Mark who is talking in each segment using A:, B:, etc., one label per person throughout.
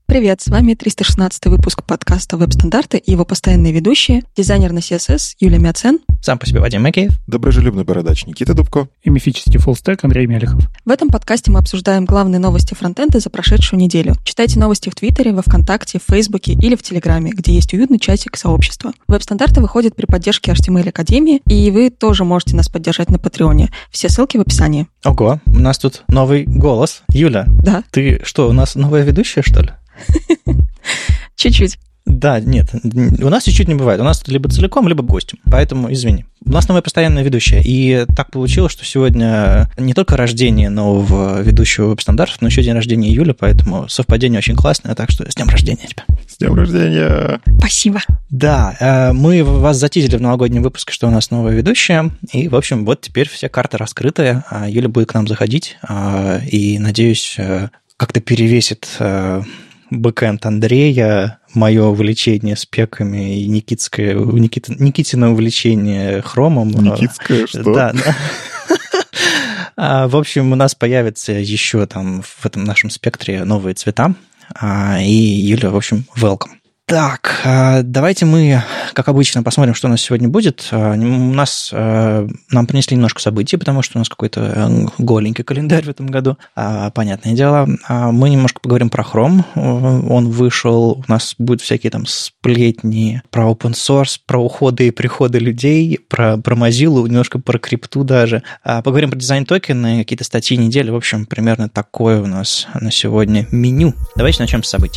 A: Привет, с вами 316 выпуск подкаста «Веб-стандарты» и его постоянные ведущие, дизайнер на CSS Юлия Мяцен.
B: Сам по себе Вадим Макеев.
C: Доброжелюбный бородач Никита Дубко.
D: И мифический фуллстек Андрей Мелехов.
A: В этом подкасте мы обсуждаем главные новости фронтенда за прошедшую неделю. Читайте новости в Твиттере, во Вконтакте, в Фейсбуке или в Телеграме, где есть уютный чатик сообщества. Веб-стандарты выходят при поддержке HTML Академии, и вы тоже можете нас поддержать на Патреоне. Все ссылки в описании.
B: Ого, у нас тут новый голос. Юля,
A: Да.
B: Ты что, у нас новая ведущая, что ли?
A: Чуть-чуть.
B: Да, нет, у нас чуть-чуть не бывает. У нас либо целиком, либо гостем. Поэтому извини. У нас новая постоянная ведущая. И так получилось, что сегодня не только рождение нового ведущего веб-стандартов, но еще день рождения Юли, поэтому совпадение очень классное. Так что с днем рождения тебя.
C: С днем рождения!
A: Спасибо.
B: Да, мы вас затизили в новогоднем выпуске, что у нас новая ведущая. И, в общем, вот теперь все карты раскрыты. Юля будет к нам заходить. И, надеюсь, как-то перевесит бэкэнд Андрея, мое увлечение спеками и Никитина увлечение хромом.
C: Никитское, что?
B: Да. В общем, у нас появятся еще там в этом нашем спектре новые цвета. И Юля, в общем, welcome. Так, давайте мы, как обычно, посмотрим, что у нас сегодня будет. Нам принесли немножко событий, потому что у нас какой-то голенький календарь в этом году, понятное дело. Мы немножко поговорим про Chrome. Он вышел, у нас будут всякие там сплетни про open source, про уходы и приходы людей, про Mozilla, немножко про крипту даже. Поговорим про дизайн-токены, какие-то статьи недели. В общем, примерно такое у нас на сегодня меню. Давайте начнем с событий.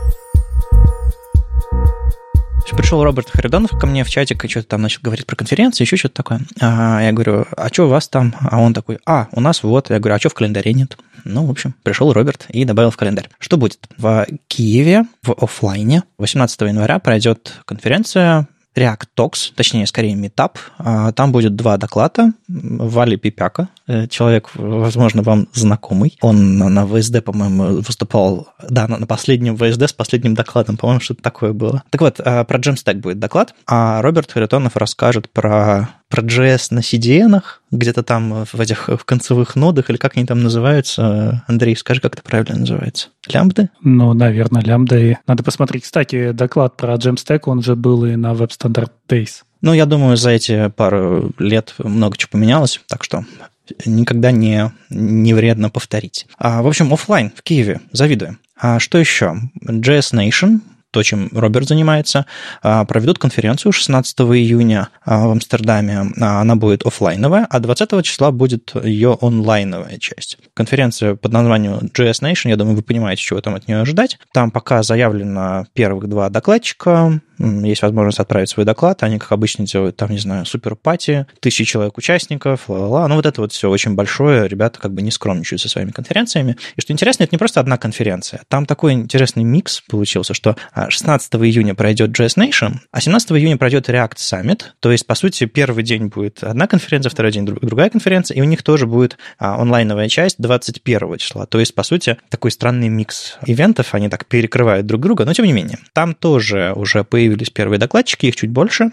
B: Пришел Роберт Харидонов ко мне в чатик и что-то там начал говорить про конференции, еще что-то такое. Я говорю, а что у вас там? А он такой, у нас вот. Я говорю, а что в календаре нет? Ну, в общем, пришел Роберт и добавил в календарь. Что будет? В Киеве, в офлайне, 18 января пройдет конференция React Talks, точнее, скорее, Meetup. Там будет 2 доклада. Вали Пипяка, человек, возможно, вам знакомый. Он на ВСД, по-моему, выступал, да, на последнем ВСД с последним докладом, по-моему, что-то такое было. Так вот, про Jamstack будет доклад, а Роберт Харитонов расскажет про JS на CDN-ах, где-то там в концевых нодах, или как они там называются. Андрей, скажи, как это правильно называется? Лямбды?
D: Ну, наверное, лямбды. Надо посмотреть. Кстати, доклад про Jamstack, он же был и на WebStandard Days.
B: Ну, я думаю, за эти пару лет много чего поменялось, так что никогда не вредно повторить. В общем, офлайн в Киеве, завидуем. А что еще? JS Nation, то, чем Роберт занимается, проведут конференцию 16 июня в Амстердаме. Она будет офлайновая, а 20 числа будет ее онлайновая часть. Конференция под названием JS Nation, я думаю, вы понимаете, чего там от нее ожидать. Там пока заявлено первых 2 докладчика, есть возможность отправить свой доклад, они, как обычно, делают там, не знаю, супер-пати, 1000 человек участников, ла-ла-ла. Ну, вот это вот все очень большое, ребята как бы не скромничают со своими конференциями. И что интересно, это не просто одна конференция, там такой интересный микс получился, что 16 июня пройдет JS Nation, а 17 июня пройдет React Summit, то есть, по сути, первый день будет одна конференция, второй день другая конференция, и у них тоже будет онлайновая часть 21 числа, то есть, по сути, такой странный микс ивентов, они так перекрывают друг друга, но тем не менее, там тоже уже появились первые докладчики, их чуть больше,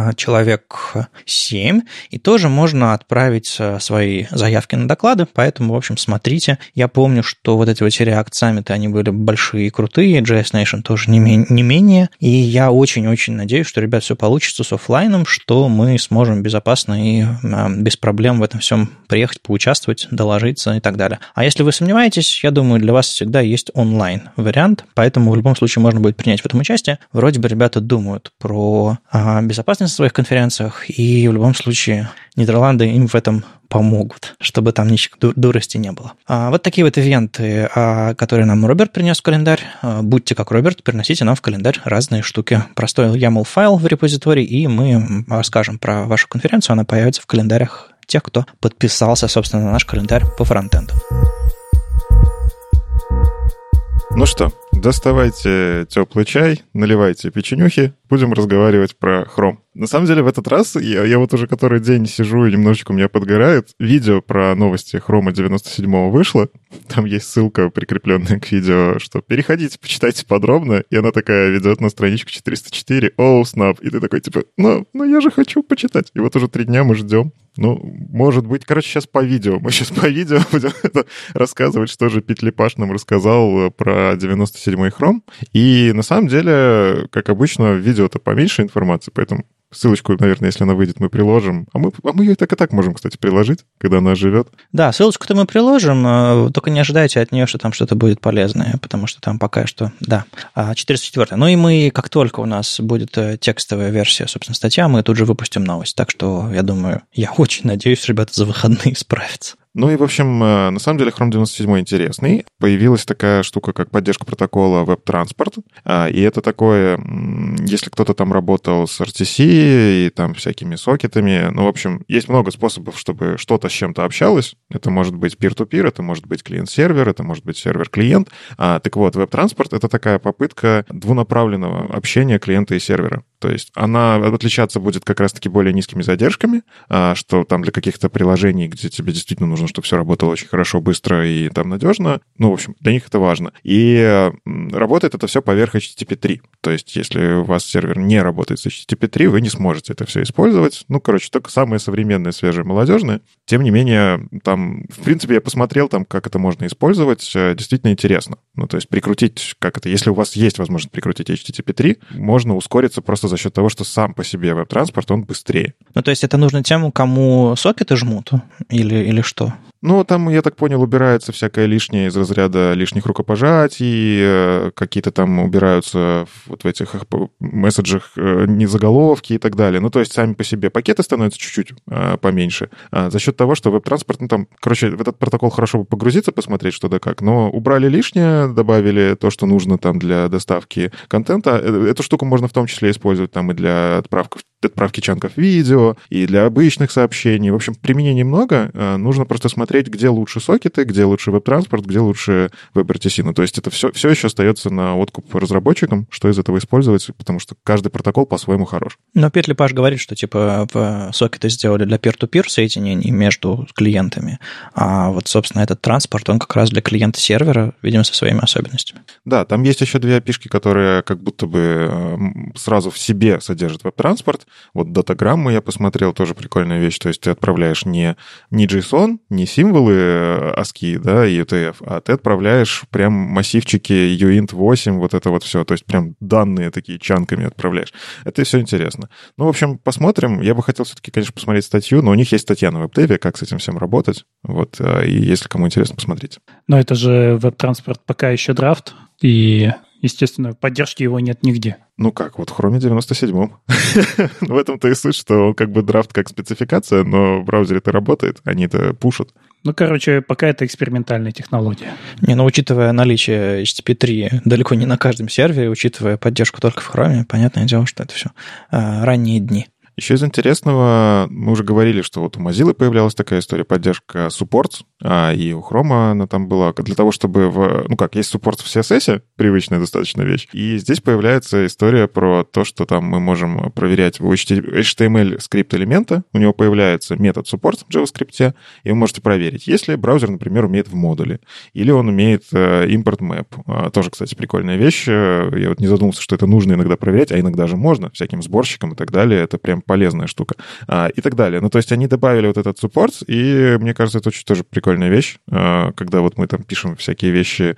B: человек 7, и тоже можно отправить свои заявки на доклады, поэтому, в общем, смотрите. Я помню, что вот эти вот React Summit, они были большие и крутые, JS Nation тоже не менее, и я очень-очень надеюсь, что, ребят, все получится с офлайном, что мы сможем безопасно и без проблем в этом всем приехать, поучаствовать, доложиться и так далее. А если вы сомневаетесь, я думаю, для вас всегда есть онлайн-вариант, поэтому в любом случае можно будет принять в этом участие. Вроде бы ребята думают про безопасность на своих конференциях, и в любом случае Нидерланды им в этом помогут, чтобы там ничего дурости не было. Вот такие вот ивенты, которые нам Роберт принес в календарь. Будьте как Роберт, приносите нам в календарь разные штуки. Простой YAML-файл в репозитории, и мы расскажем про вашу конференцию, она появится в календарях тех, кто подписался, собственно, на наш календарь по фронтенду.
C: Ну что, доставайте теплый чай, наливайте печенюхи, будем разговаривать про Chrome. На самом деле, в этот раз я вот уже который день сижу, и немножечко у меня подгорает. Видео про новости Хрома 97-го вышло. Там есть ссылка, прикрепленная к видео, что переходите, почитайте подробно. И она такая ведет на страничку 404. Оу, снап. И ты такой, типа, ну я же хочу почитать. И вот уже 3 дня мы ждем. Ну, может быть, короче, сейчас по видео. Мы сейчас по видео будем рассказывать, что же Пит Лепаш нам рассказал про 97-й Chrome. И на самом деле, как обычно, в видео-то поменьше информации, поэтому ссылочку, наверное, если она выйдет, мы приложим. А мы ее и так можем, кстати, приложить, когда она живет.
B: Да, ссылочку-то мы приложим, только не ожидайте от нее, что там что-то будет полезное, потому что там пока что, да, 404. Ну и мы, как только у нас будет текстовая версия, собственно, статья, мы тут же выпустим новость. Так что, я думаю, я очень надеюсь, ребята за выходные справятся.
C: Ну и, в общем, на самом деле Chrome 97 интересный. Появилась такая штука, как поддержка протокола веб-транспорт. И это такое, если кто-то там работал с RTC и там всякими сокетами, ну, в общем, есть много способов, чтобы что-то с чем-то общалось. Это может быть peer-to-peer, это может быть клиент-сервер, это может быть сервер-клиент. Так вот, веб-транспорт — это такая попытка двунаправленного общения клиента и сервера. То есть она отличаться будет как раз-таки более низкими задержками, что там для каких-то приложений, где тебе действительно нужно, чтобы все работало очень хорошо, быстро и там надежно. Ну, в общем, для них это важно. И работает это все поверх HTTP 3. То есть если у вас сервер не работает с HTTP 3, вы не сможете это все использовать. Ну, короче, только самые современные, свежие, молодежные. Тем не менее, там, в принципе, я посмотрел там, как это можно использовать. Действительно интересно. Ну, то есть прикрутить, как это, если у вас есть возможность прикрутить HTTP 3, можно ускориться просто за счет того, что сам по себе веб-транспорт, он быстрее.
B: Ну, то есть это нужно тем, кому сокеты жмут? Или что?
C: Ну, там, я так понял, убирается всякое лишнее из разряда лишних рукопожатий, какие-то там убираются вот в этих месседжах незаголовки и так далее. Ну, то есть сами по себе пакеты становятся чуть-чуть поменьше. За счет того, что веб-транспорт, ну, там, короче, в этот протокол хорошо бы погрузиться, посмотреть, что да как, но убрали лишнее, добавили то, что нужно там для доставки контента. Эту штуку можно в том числе использовать там и для отправки чанков видео, и для обычных сообщений. В общем, применений много. Нужно просто смотреть, где лучше сокеты, где лучше веб-транспорт, где лучше веб-RTC. Ну, то есть это все еще остается на откуп разработчикам, что из этого использовать, потому что каждый протокол по-своему хорош.
B: Но Пит Лепаш говорит, что типа сокеты сделали для peer-to-peer соединений между клиентами, а вот, собственно, этот транспорт, он как раз для клиента-сервера, видимо, со своими особенностями.
C: Да, там есть еще 2 API-шки, которые как будто бы сразу в себе содержат веб-транспорт. Вот датаграммы я посмотрел, тоже прикольная вещь. То есть ты отправляешь не JSON, не символы ASCII, да, и UTF, а ты отправляешь прям массивчики uint 8, вот это вот все. То есть прям данные такие чанками отправляешь. Это все интересно. Ну, в общем, посмотрим. Я бы хотел все-таки, конечно, посмотреть статью, но у них есть статья на WebDev, как с этим всем работать. Вот, и если кому интересно, посмотрите.
D: Но это же веб-транспорт пока еще драфт, и, естественно, поддержки его нет нигде.
C: Ну как, вот в Chrome 97-м. В этом-то и суть, что он как бы драфт как спецификация, но в браузере-то работает, они это пушат.
D: Ну, короче, пока это экспериментальная технология.
B: Не, ну, учитывая наличие HTTP 3 далеко не на каждом сервере, учитывая поддержку только в Chrome, понятное дело, что это все ранние дни.
C: Еще из интересного, мы уже говорили, что вот у Mozilla появлялась такая история, поддержка supports, и у Chrome она там была для того, чтобы... есть supports в CSS, привычная достаточно вещь, и здесь появляется история про то, что там мы можем проверять у HTML скрипт элемента, у него появляется метод supports в JavaScript, и вы можете проверить, если браузер, например, умеет в модуле, или он умеет import map. Тоже, кстати, прикольная вещь. Я вот не задумался, что это нужно иногда проверять, а иногда же можно, всяким сборщикам и так далее. Это прям полезная штука. И так далее. Ну, то есть они добавили вот этот support, и мне кажется, это очень тоже прикольная вещь, когда вот мы там пишем всякие вещи,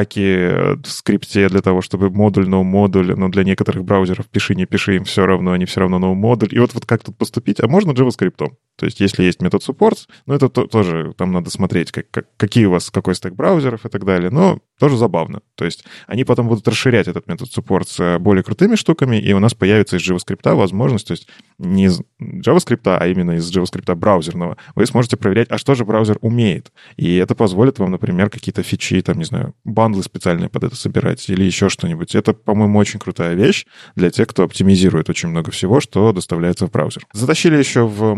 C: хаки в скрипте для того, чтобы модуль, no модуль, но для некоторых браузеров пиши, не пиши, им все равно, они все равно no модуль. И вот как тут поступить? А можно JavaScript. То есть если есть метод supports, ну, это тоже там надо смотреть, какие у вас, какой стек браузеров и так далее. Но тоже забавно. То есть они потом будут расширять этот метод supports более крутыми штуками, и у нас появится из JavaScript возможность, то есть не из JavaScript, а именно из JavaScript браузерного, вы сможете проверять, а что же браузер умеет. И это позволит вам, например, какие-то фичи, там, не знаю, бандлы специальные под это собирать или еще что-нибудь. Это, по-моему, очень крутая вещь для тех, кто оптимизирует очень много всего, что доставляется в браузер. Затащили еще в массивы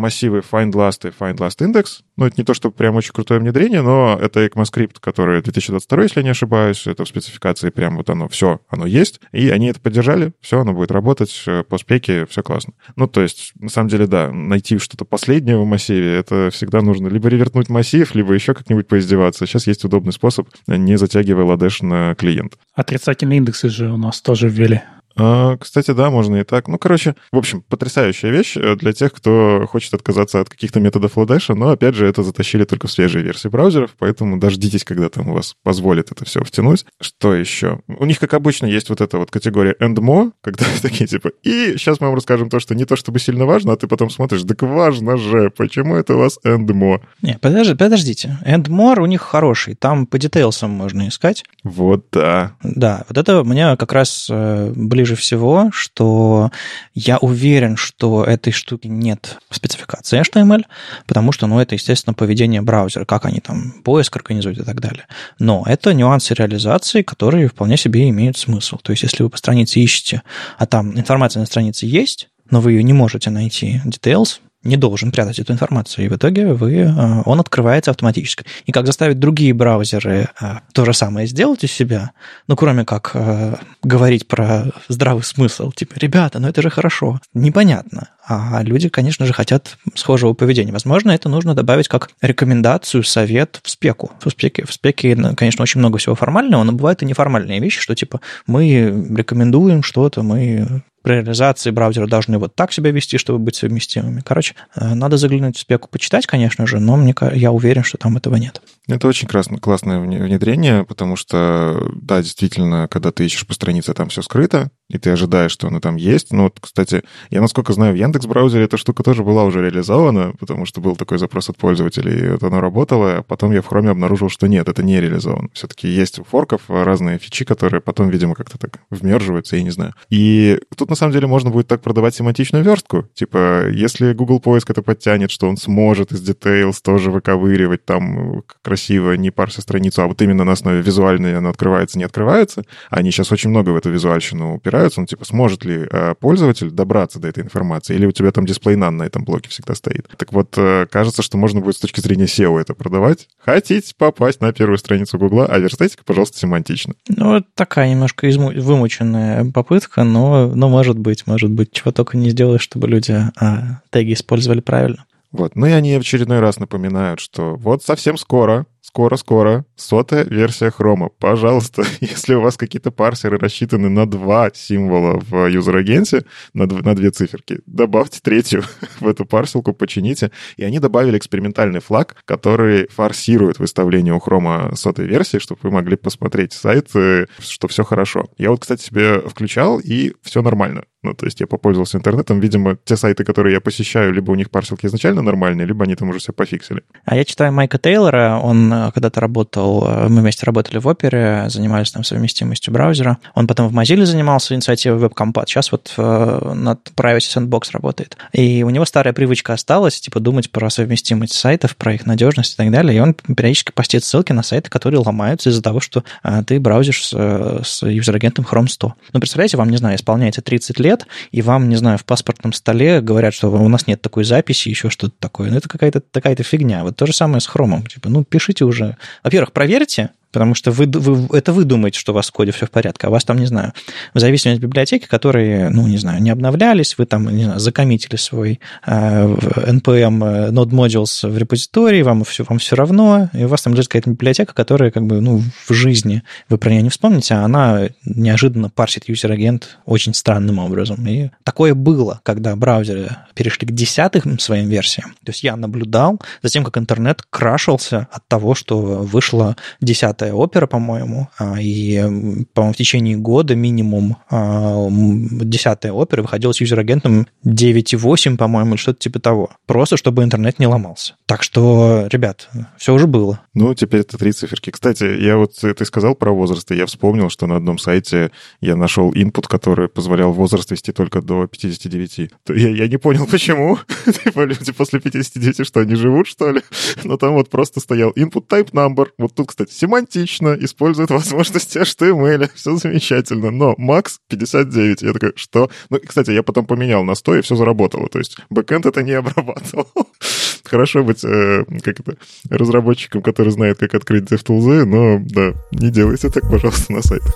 C: Find Last и Find Last Index. Ну, это не то, чтобы прям очень крутое внедрение, но это ECMAScript, который 2022, если я не ошибаюсь, это в спецификации прям вот оно все, оно есть, и они это поддержали, все, оно будет работать по спеке, все классно. Ну, то есть, на самом деле, да, найти что-то последнее в массиве, это всегда нужно либо ревертнуть массив, либо еще как-нибудь поиздеваться. Сейчас есть удобный способ, не затягивая ладеш на клиент.
D: Отрицательные индексы же у нас тоже ввели.
C: Кстати, да, можно и так. Ну, короче, в общем, потрясающая вещь для тех, кто хочет отказаться от каких-то методов ладеша, но, опять же, это затащили только в свежие версии браузеров, поэтому дождитесь, когда там у вас позволит это все втянуть. Что еще? У них, как обычно, есть вот эта вот категория and more, когда такие типа, и сейчас мы вам расскажем то, что не то чтобы сильно важно, а ты потом смотришь, так важно же, почему это у вас and more?
B: Не, подождите. And more у них хороший, там по детейлсам можно искать.
C: Вот да.
B: Да, вот это мне как раз ближе всего, что я уверен, что этой штуки нет в спецификации HTML, потому что, это, естественно, поведение браузера, как они там поиск организуют и так далее. Но это нюансы реализации, которые вполне себе имеют смысл. То есть, если вы по странице ищете, а там информация на странице есть, но вы ее не можете найти, details, не должен прятать эту информацию, и в итоге он открывается автоматически. И как заставить другие браузеры то же самое сделать у себя, кроме как говорить про здравый смысл, типа, ребята, это же хорошо, непонятно. А люди, конечно же, хотят схожего поведения. Возможно, это нужно добавить как рекомендацию, совет в спеку. В спеке, конечно, очень много всего формального, но бывают и неформальные вещи, что типа мы рекомендуем что-то, мы при реализации браузера должны вот так себя вести, чтобы быть совместимыми. Короче, надо заглянуть в спеку, почитать, конечно же, но я уверен, что там этого нет.
C: Это очень классное внедрение, потому что, да, действительно, когда ты ищешь по странице, там все скрыто, и ты ожидаешь, что оно там есть. Кстати, я, насколько знаю, в Яндекс.Браузере эта штука тоже была уже реализована, потому что был такой запрос от пользователей, и вот оно работало, а потом я в Chrome обнаружил, что нет, это не реализовано. Все-таки есть у форков разные фичи, которые потом, видимо, как-то так вмерживаются, я не знаю. И тут, на самом деле, можно будет так продавать семантичную верстку. Типа, если Google поиск это подтянет, что он сможет из Details тоже выковыривать там красиво, не парся страницу, а вот именно на основе визуальной она открывается, не открывается. Они сейчас очень много в эту визуальщину упираются. Сможет ли пользователь добраться до этой информации? Или у тебя там display none на этом блоке всегда стоит? Так вот, кажется, что можно будет с точки зрения SEO это продавать. Хотите попасть на первую страницу Гугла, а верстайте-ка, пожалуйста, семантично.
B: Такая немножко вымученная попытка, но может быть, чего только не сделаешь, чтобы люди теги использовали правильно.
C: Вот. И они в очередной раз напоминают, что вот совсем скоро 100-я версия Chrome. Пожалуйста, если у вас какие-то парсеры рассчитаны на 2 символа в юзер-агенте, на 2 циферки, добавьте 3-ю в эту парсилку, почините. И они добавили экспериментальный флаг, который форсирует выставление у Chrome 100-й версии, чтобы вы могли посмотреть сайт, что все хорошо. Я кстати, себе включал, и все нормально. То есть я попользовался интернетом. Видимо, те сайты, которые я посещаю, либо у них парсилки изначально нормальные, либо они там уже все пофиксили.
B: А я читаю Майка Тейлора, он когда-то работал, мы вместе работали в Opera, занимались там совместимостью браузера. Он потом в Mozilla занимался инициативой WebCompat. Сейчас вот над Privacy Sandbox работает. И у него старая привычка осталась, думать про совместимость сайтов, про их надежность и так далее. И он периодически постит ссылки на сайты, которые ломаются из-за того, что ты браузишь с юзер-агентом Chrome 100. Представляете, вам, не знаю, исполняется 30 лет, и вам, не знаю, в паспортном столе говорят, что у нас нет такой записи, еще что-то такое. Это какая-то фигня. Вот то же самое с Chrome. Пишите уже. Во-первых, проверьте, потому что вы думаете, что у вас в коде все в порядке, а у вас там, не знаю, в зависимости от библиотеки, которые, не обновлялись, вы там, закоммитили свой npm node modules в репозитории, вам все равно, и у вас там лежит какая-то библиотека, которая в жизни вы про нее не вспомните, а она неожиданно парсит юзер-агент очень странным образом. И такое было, когда браузеры перешли к 10-м своим версиям. То есть я наблюдал за тем, как интернет крашился от того, что вышла 10-я Opera, по-моему, и, по-моему, в течение года минимум 10-я Opera выходила с юзер-агентом 9.8, по-моему, или что-то типа того. Просто, чтобы интернет не ломался. Так что, ребят, все уже было.
C: Теперь это 3 циферки. Кстати, ты сказал про возраст, и я вспомнил, что на одном сайте я нашел input, который позволял возраст вести только до 59. Я не понял, почему. Люди после 59 что, не живут, что ли? Но там просто стоял input type number. Вот тут, кстати, семантично, использует возможности HTML, все замечательно, но макс 59. Я такой, что? Кстати, я потом поменял на 100, и все заработало, то есть бэкэнд это не обрабатывал. Хорошо быть разработчиком, который знает, как открыть DevTools, но да, не делайте так, пожалуйста, на сайтах.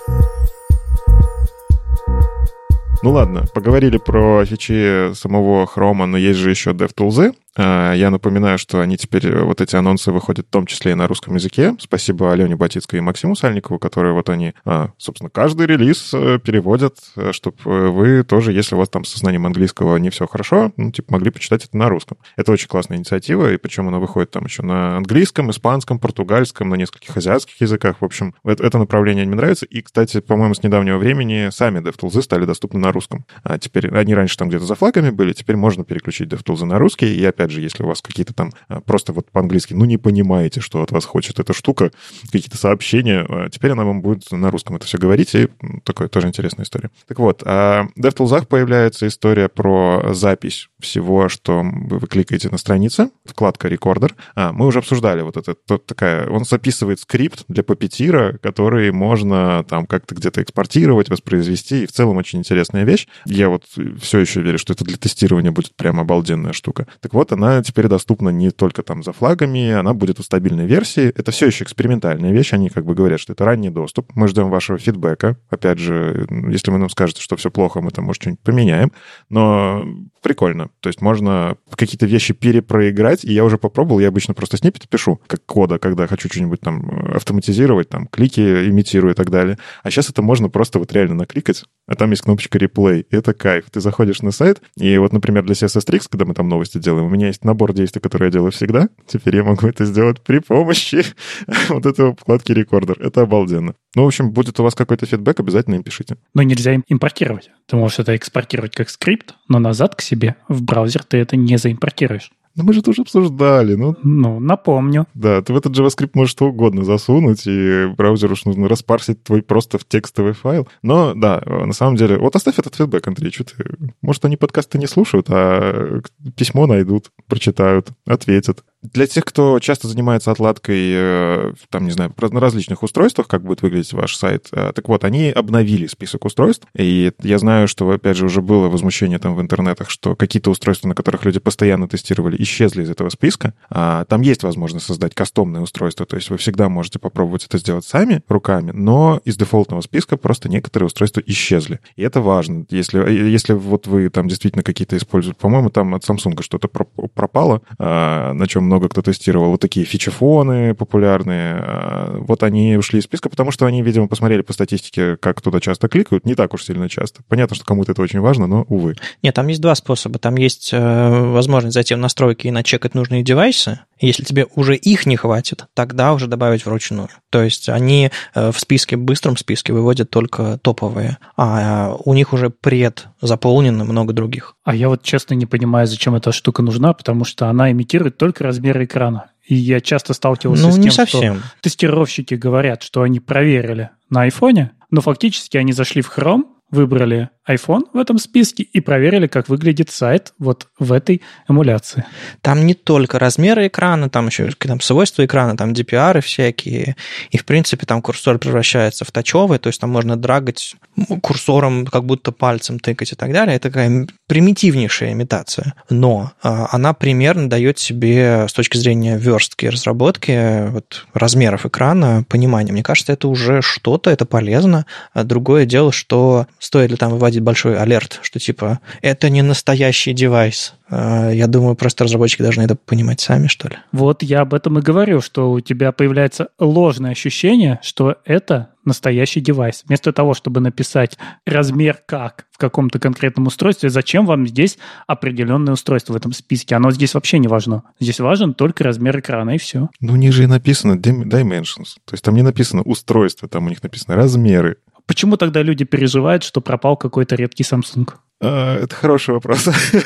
C: Ну ладно, поговорили про фичи самого Chrome, но есть же еще DevTools. Я напоминаю, что они теперь, вот эти анонсы выходят в том числе и на русском языке. Спасибо Алене Батицкой и Максиму Сальникову, которые вот они, собственно, каждый релиз переводят, чтобы вы тоже, если у вас там со знанием английского не все хорошо, могли почитать это на русском. Это очень классная инициатива, и причем она выходит там еще на английском, испанском, португальском, на нескольких азиатских языках. В общем, это направление мне нравится. И, кстати, по-моему, с недавнего времени сами DevTools стали доступны на русском. А теперь они раньше там где-то за флагами были, теперь можно переключить DevTools на русский, и опять же, если у вас какие-то там просто вот по-английски, не понимаете, что от вас хочет эта штука, какие-то сообщения, теперь она вам будет на русском это все говорить, и такая тоже интересная история. Так вот, в DevTools появляется история про запись всего, что вы кликаете на странице, вкладка Recorder. Мы уже обсуждали вот это, он записывает скрипт для Puppeteer, который можно там как-то где-то экспортировать, воспроизвести, и в целом очень интересная вещь. Я вот все еще верю, что это для тестирования будет прям обалденная штука. Так вот, она теперь доступна не только там за флагами, она будет в стабильной версии. Это все еще экспериментальная вещь. Они как бы говорят, что это ранний доступ. Мы ждем вашего фидбэка. Опять же, если вы нам скажете, что все плохо, мы там, может, что-нибудь поменяем. Но прикольно. То есть можно какие-то вещи перепроиграть, и я уже попробовал. Я обычно просто сниппеты пишу, как кода, когда хочу что-нибудь там автоматизировать, там клики имитирую и так далее. А сейчас это можно просто вот реально накликать, а там есть кнопочка replay. И это кайф. Ты заходишь на сайт, и вот, например, для CSS Tricks, когда мы там новости делаем, у меня есть набор действий, которые я делаю всегда. Теперь я могу это сделать при помощи вот этого вкладки Recorder. Это обалденно. Ну, в общем, будет у вас какой-то фидбэк, обязательно им пишите.
D: Но нельзя им импортировать. Ты можешь это экспортировать как скрипт, но назад к себе в браузер ты это не заимпортируешь.
C: Ну, мы же тоже обсуждали.
D: Ну, напомню.
C: Да, ты в этот JavaScript можешь что угодно засунуть, и браузеру уж нужно распарсить твой просто в текстовый файл. Но, да, на самом деле... Вот оставь этот фидбэк, Андрей, что ты... Может, они подкасты не слушают, а письмо найдут, прочитают, ответят. Для тех, кто часто занимается отладкой, там, не знаю, на различных устройствах, как будет выглядеть ваш сайт, так вот, они обновили список устройств, и я знаю, что, опять же, уже было возмущение там в интернетах, что какие-то устройства, на которых люди постоянно тестировали, исчезли из этого списка. Там есть возможность создать кастомное устройство, то есть вы всегда можете попробовать это сделать сами, руками, но из дефолтного списка просто некоторые устройства исчезли. И это важно. Если вот вы там действительно какие-то используете, по-моему, там от Samsung что-то пропало, на чем много кто тестировал, вот такие фичефоны популярные, вот они ушли из списка, потому что они, видимо, посмотрели по статистике, как туда часто кликают, не так уж сильно часто. Понятно, что кому-то это очень важно, но, увы.
B: Нет, там есть два способа. Там есть возможность зайти в настройки и начекать нужные девайсы. Если тебе уже их не хватит, тогда уже добавить вручную. То есть они в списке, быстром списке выводят только топовые, а у них уже предзаполнено много других.
D: А я вот честно не понимаю, зачем эта штука нужна, потому что она имитирует только размер экрана. И я часто сталкивался с тем, что тестировщики говорят, что они проверили на айфоне, но фактически они зашли в Chrome, выбрали iPhone в этом списке и проверили, как выглядит сайт вот в этой эмуляции.
B: Там не только размеры экрана, там еще там свойства экрана, там DPR всякие, и, в принципе, там курсор превращается в тачевый, то есть там можно драгать курсором, как будто пальцем тыкать и так далее. Это такая примитивнейшая имитация, но она примерно дает себе с точки зрения верстки и разработки вот, размеров экрана понимание. Мне кажется, это уже что-то, это полезно. Другое дело, что стоит ли там выводить большой алерт, что типа это не настоящий девайс. Я думаю, просто разработчики должны это понимать сами, что ли.
D: Вот я об этом и говорю, что у тебя появляется ложное ощущение, что это настоящий девайс. Вместо того, чтобы написать размер как в каком-то конкретном устройстве, зачем вам здесь определенное устройство в этом списке? Оно здесь вообще не важно. Здесь важен только размер экрана, и все.
C: Ну, у них же и написано dimensions. То есть там не написано устройство, там у них написано размеры.
D: Почему тогда люди переживают, что пропал какой-то редкий Samsung?
C: Это хороший вопрос.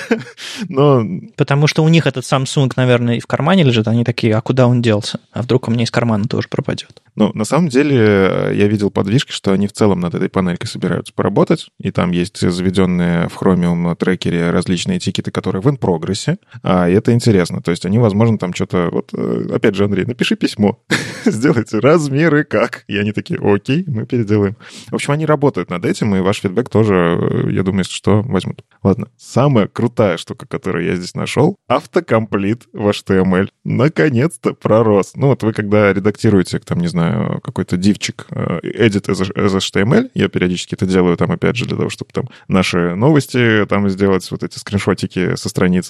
C: Но...
B: Потому что у них этот Samsung, наверное, и в кармане лежит. Они такие, а куда он делся? А вдруг у меня из кармана тоже пропадет?
C: Ну, на самом деле, я видел подвижки, что они в целом над этой панелькой собираются поработать, и там есть заведенные в Chromium трекере различные тикеты, которые в in-прогрессе, и это интересно. То есть они, возможно, там что-то... Вот, опять же, Андрей, напиши письмо, сделайте размеры как. И они такие, окей, мы переделаем. В общем, они работают над этим, и ваш фидбэк тоже, я думаю, что возьмут. Ладно, самая крутая штука, которую я здесь нашел, автокомплит в HTML. Наконец-то пророс. Ну вот вы когда редактируете, там, не знаю, какой-то дивчик, edit из HTML, я периодически это делаю там, опять же, для того, чтобы там наши новости там сделать, вот эти скриншотики со страниц,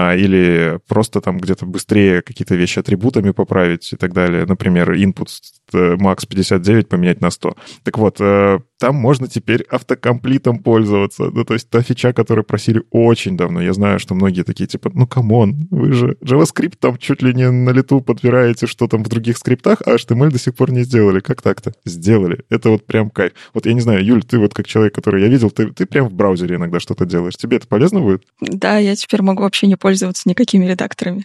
C: или просто там где-то быстрее какие-то вещи атрибутами поправить и так далее. Например, input max 59 поменять на 100. Так вот, там можно теперь автокомплитом пользоваться. Ну, то есть та фича, которую просили очень давно. Я знаю, что многие такие, типа, ну, камон, вы же JavaScript там чуть ли не на лету подбираете, что там в других скриптах, а HTML до сих пор не сделали. Как так-то? Сделали. Это вот прям кайф. Вот я не знаю, Юль, ты вот как человек, который я видел, ты прям в браузере иногда что-то делаешь. Тебе это полезно будет?
A: Да, я теперь могу вообще не пользоваться никакими редакторами.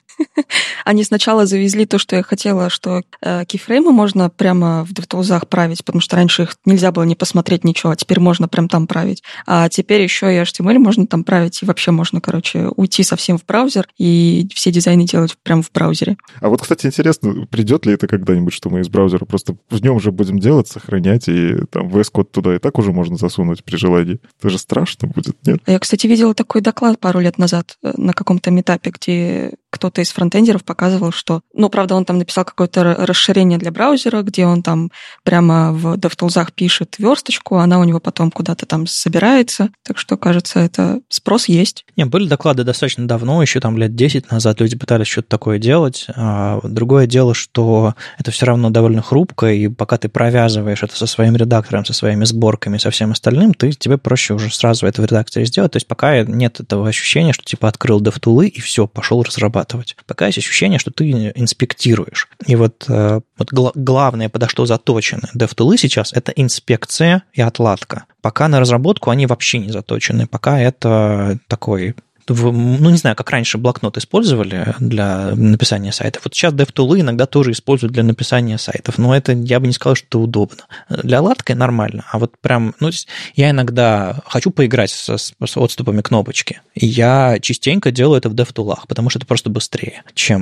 A: Они сначала завезли то, что я хотела, что кейфреймы можно прямо в DevTools править, потому что раньше их нельзя было не посмотреть ничего, а теперь можно прям там править. А теперь еще и HTML можно там править, и вообще можно, короче, уйти совсем в браузер и все дизайны делать прямо в браузере.
C: А вот, кстати, интересно, придет ли это когда-нибудь, что мы из браузера просто в нем же будем делать, сохранять, и там VS Code туда и так уже можно засунуть при желании. Это же страшно будет, нет?
A: Я, кстати, видела такой доклад пару лет назад на каком-то митапе, где кто-то из фронтендеров показывал, что... Ну, правда, он там написал какое-то расширение для браузера, где он там прямо в DevTools пишет версточку, она у него потом куда-то там собирается. Так что, кажется, это спрос есть.
B: Не, были доклады достаточно давно, еще там лет 10 назад люди пытались что-то такое делать. А другое дело, что это все равно довольно хрупко, и пока ты провязываешь это со своим редактором, со своими сборками, со всем остальным, тебе проще уже сразу это в редакторе сделать. То есть пока нет этого ощущения, что типа открыл DevTools и все, пошел разрабатывать. Пока есть ощущение, что ты инспектируешь. И вот главное, подо что заточены DevTools сейчас, это инспекция и отладка. Пока на разработку они вообще не заточены. Пока это такой... Ну, не знаю, как раньше блокнот использовали для написания сайтов. Вот сейчас DevTools иногда тоже используют для написания сайтов, но это, я бы не сказал, что это удобно. Для отладки нормально, а вот прям, ну, я иногда хочу поиграть с отступами кнопочки, и я частенько делаю это в DevTools, потому что это просто быстрее,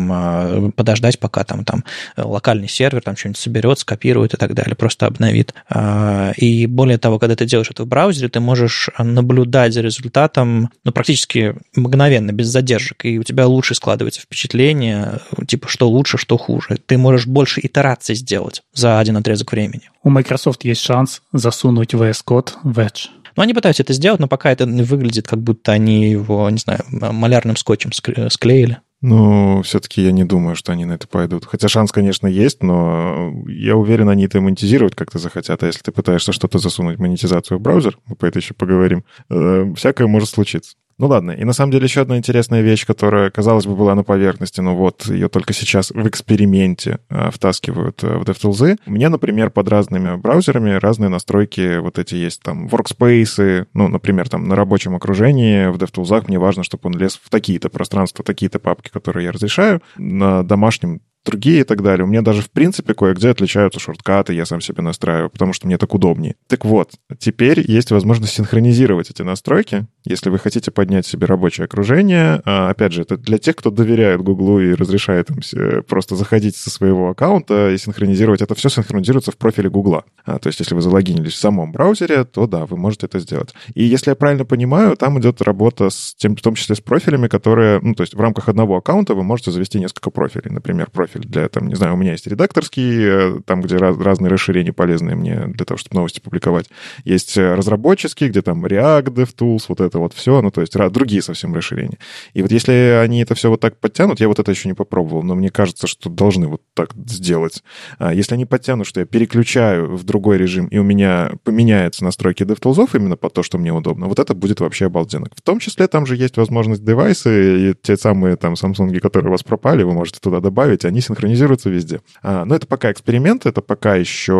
B: чем подождать, пока там локальный сервер там что-нибудь соберет, скопирует и так далее, просто обновит. И более того, когда ты делаешь это в браузере, ты можешь наблюдать за результатом, ну, практически мгновенно, без задержек, и у тебя лучше складывается впечатление, типа, что лучше, что хуже. Ты можешь больше итераций сделать за один отрезок времени.
D: У Microsoft есть шанс засунуть VS Code в Edge.
B: Ну, они пытаются это сделать, но пока это выглядит, как будто они его, не знаю, малярным скотчем склеили.
C: Ну, все-таки я не думаю, что они на это пойдут. Хотя шанс, конечно, есть, но я уверен, они это монетизировать как-то захотят. А если ты пытаешься что-то засунуть монетизацию в браузер, мы по это еще поговорим, всякое может случиться. Ну ладно, и на самом деле еще одна интересная вещь, которая, казалось бы, была на поверхности, но вот ее только сейчас в эксперименте втаскивают в DevTools. У меня, например, под разными браузерами разные настройки вот эти есть, там, workspace, ну, например, там, на рабочем окружении в DevTools мне важно, чтобы он лез в такие-то пространства, такие-то папки, которые я разрешаю, на домашнем другие и так далее. У меня даже, в принципе, кое-где отличаются шорткаты, я сам себе настраиваю, потому что мне так удобнее. Так вот, теперь есть возможность синхронизировать эти настройки, если вы хотите поднять себе рабочее окружение. Опять же, это для тех, кто доверяет Гуглу и разрешает им просто заходить со своего аккаунта и синхронизировать. Это все синхронизируется в профиле Гугла. То есть, если вы залогинились в самом браузере, то да, вы можете это сделать. И если я правильно понимаю, там идет работа с тем, в том числе с профилями, которые, ну, то есть в рамках одного аккаунта вы можете завести несколько профилей. Например, профиль для, там, не знаю, у меня есть редакторский, там, где разные расширения полезные мне для того, чтобы новости публиковать. Есть разработческий, где там React, DevTools, вот это вот все, ну, то есть другие совсем расширения. И вот если они это все вот так подтянут, я вот это еще не попробовал, но мне кажется, что должны вот так сделать. Если они подтянут, что я переключаю в другой режим, и у меня поменяются настройки DevTools именно под то, что мне удобно, вот это будет вообще обалденно. В том числе там же есть возможность девайсы, и те самые там Samsung, которые у вас пропали, вы можете туда добавить, они синхронизируются везде. Но это пока эксперимент, это пока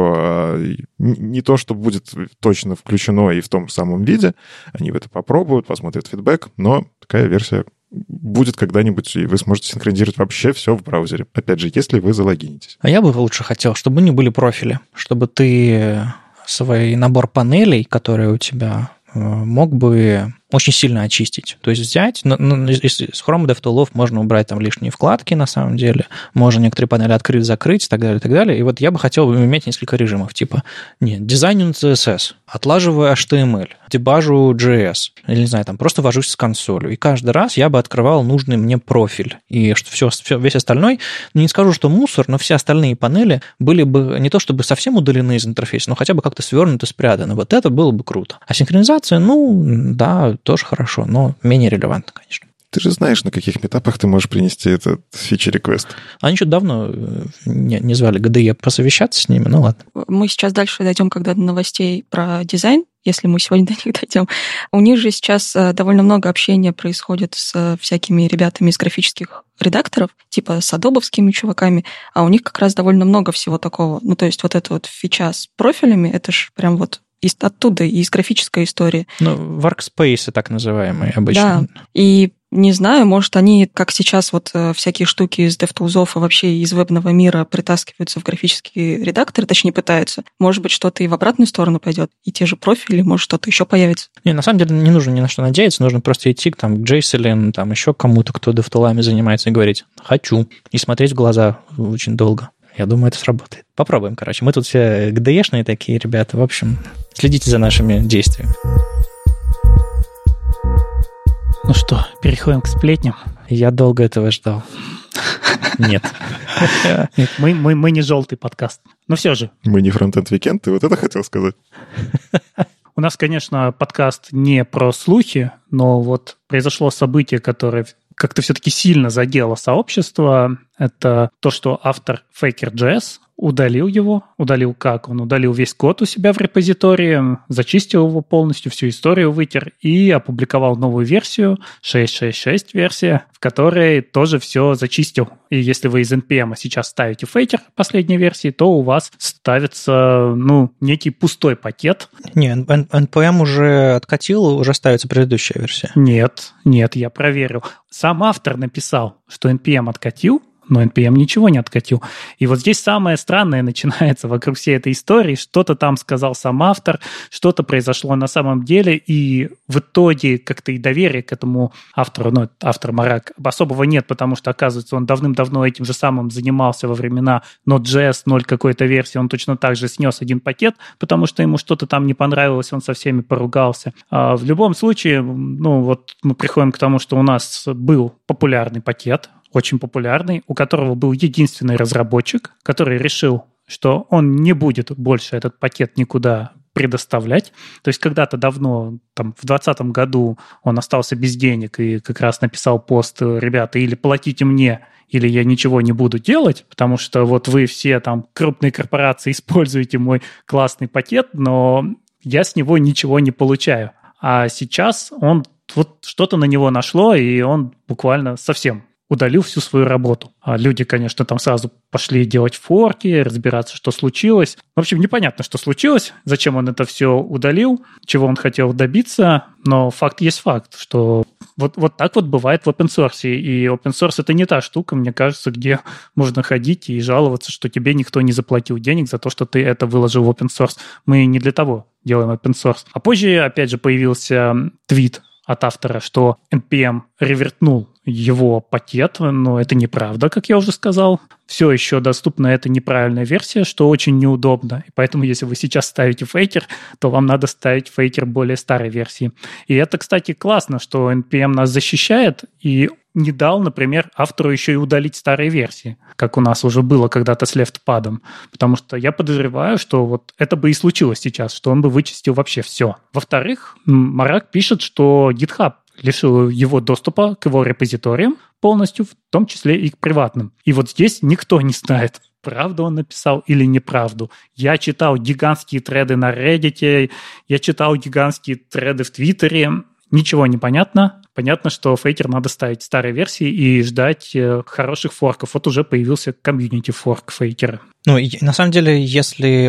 C: еще не то, что будет точно включено и в том самом виде. Они в это попробуют, посмотрят фидбэк, но такая версия будет когда-нибудь, и вы сможете синхронизировать вообще все в браузере. Опять же, если вы залогинитесь.
B: А я бы лучше хотел, чтобы не были профили, чтобы ты свой набор панелей, которые у тебя, мог бы очень сильно очистить. То есть взять, из Chrome DevTools можно убрать там лишние вкладки, на самом деле, можно некоторые панели открыть, закрыть и так далее, и так далее. И вот я бы хотел иметь несколько режимов, типа, дизайню CSS, отлаживаю HTML, дебажу JS, или, не знаю, там, просто вожусь с консолью. И каждый раз я бы открывал нужный мне профиль. И что весь остальной, не скажу, что мусор, но все остальные панели были бы не то чтобы совсем удалены из интерфейса, но хотя бы как-то свернуты, спрятаны. Вот это было бы круто. А синхронизация, да, тоже хорошо, но менее релевантно, конечно.
C: Ты же знаешь, на каких метапах ты можешь принести этот фичер-реквест.
B: Они что-то давно не звали GDE посовещаться с ними, ладно.
A: Мы сейчас дальше дойдем, когда до новостей про дизайн, если мы сегодня до них дойдем. У них же сейчас довольно много общения происходит с всякими ребятами из графических редакторов, типа с адобовскими чуваками, а у них как раз довольно много всего такого. То есть вот эта вот фича с профилями, это ж прям вот оттуда, из графической истории.
B: Workspace так называемые обычно.
A: Да, и не знаю, может, они, как сейчас вот всякие штуки из DevTools и вообще из вебного мира притаскиваются в графические редакторы, точнее, пытаются. Может быть, что-то и в обратную сторону пойдет, и те же профили, может, что-то еще появится.
B: На самом деле не нужно ни на что надеяться, нужно просто идти к Джейселин, еще кому-то, кто DevTool'ами занимается, и говорить «хочу», и смотреть в глаза очень долго. Я думаю, это сработает. Попробуем, короче. Мы тут все GDE-шные такие ребята. В общем, следите за нашими действиями.
D: Ну что, переходим к сплетням.
B: Я долго этого ждал. Нет.
D: Мы не желтый подкаст. Но все же.
C: Мы не фронтенд-викенд, ты вот это хотел сказать?
D: У нас, конечно, подкаст не про слухи, но вот произошло событие, которое как-то все-таки сильно задело сообщество. Это то, что автор Faker.js удалил его. Удалил как? Он удалил весь код у себя в репозитории, зачистил его полностью, всю историю вытер и опубликовал новую версию, 6.6.6 версия, в которой тоже все зачистил. И если вы из NPM сейчас ставите Faker последней версии, то у вас ставится, некий пустой пакет.
B: Не, NPM уже откатил, уже ставится предыдущая версия.
D: Нет, я проверил. Сам автор написал, что NPM откатил, но NPM ничего не откатил. И вот здесь самое странное начинается вокруг всей этой истории. Что-то там сказал сам автор, что-то произошло на самом деле, и в итоге как-то и доверия к этому автору, автор Марак, особого нет, потому что, оказывается, он давным-давно этим же самым занимался во времена Node.js 0 какой-то версии. Он точно так же снес один пакет, потому что ему что-то там не понравилось, он со всеми поругался. А в любом случае, вот мы приходим к тому, что у нас был популярный пакет, очень популярный, у которого был единственный разработчик, который решил, что он не будет больше этот пакет никуда предоставлять. То есть когда-то давно, в 2020 году он остался без денег и как раз написал пост: ребята, или платите мне, или я ничего не буду делать, потому что вот вы все крупные корпорации используете мой классный пакет, но я с него ничего не получаю. А сейчас он вот что-то на него нашло, и он буквально совсем удалил всю свою работу. А люди, конечно, сразу пошли делать форки, разбираться, что случилось. В общем, непонятно, что случилось, зачем он это все удалил, чего он хотел добиться, но факт есть факт, что вот так вот бывает в open source. И open source — это не та штука, мне кажется, где можно ходить и жаловаться, что тебе никто не заплатил денег за то, что ты это выложил в open source. Мы не для того делаем open source. А позже, опять же, появился твит от автора, что NPM ревертнул его пакет, но это неправда, как я уже сказал. Все еще доступна эта неправильная версия, что очень неудобно. И поэтому, если вы сейчас ставите Faker, то вам надо ставить Faker более старой версии. И это, кстати, классно, что NPM нас защищает и не дал, например, автору еще и удалить старые версии, как у нас уже было когда-то с LeftPad. Потому что я подозреваю, что вот это бы и случилось сейчас, что он бы вычистил вообще все. Во-вторых, Марак пишет, что GitHub лишил его доступа к его репозиториям полностью, в том числе и к приватным. И вот здесь никто не знает, правду он написал или неправду. Я читал гигантские треды на Reddit, я читал гигантские треды в Твиттере. Ничего не понятно. Понятно, что Faker надо ставить старые версии и ждать хороших форков. Вот уже появился комьюнити-форк Faker.
B: На самом деле, если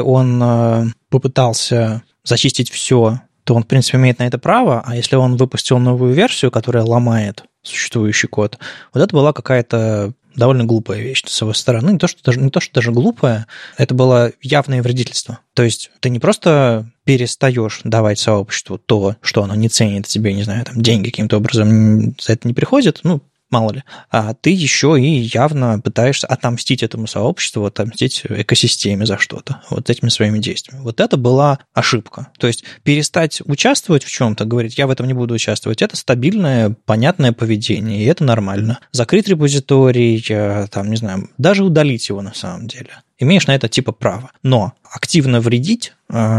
B: он попытался зачистить все, то он, в принципе, имеет на это право, а если он выпустил новую версию, которая ломает существующий код, вот это была какая-то довольно глупая вещь с его стороны. Не то, что даже глупая, это было явное вредительство. То есть ты не просто перестаешь давать сообществу то, что оно не ценит тебе, не знаю, там, деньги каким-то образом за это не приходят, мало ли, а ты еще и явно пытаешься отомстить этому сообществу, отомстить экосистеме за что-то, вот этими своими действиями. Вот это была ошибка. То есть перестать участвовать в чем-то, говорить, я в этом не буду участвовать, это стабильное, понятное поведение, и это нормально. Закрыть репозиторий, там, не знаю, даже удалить его на самом деле. Имеешь на это типа право. Но активно вредить,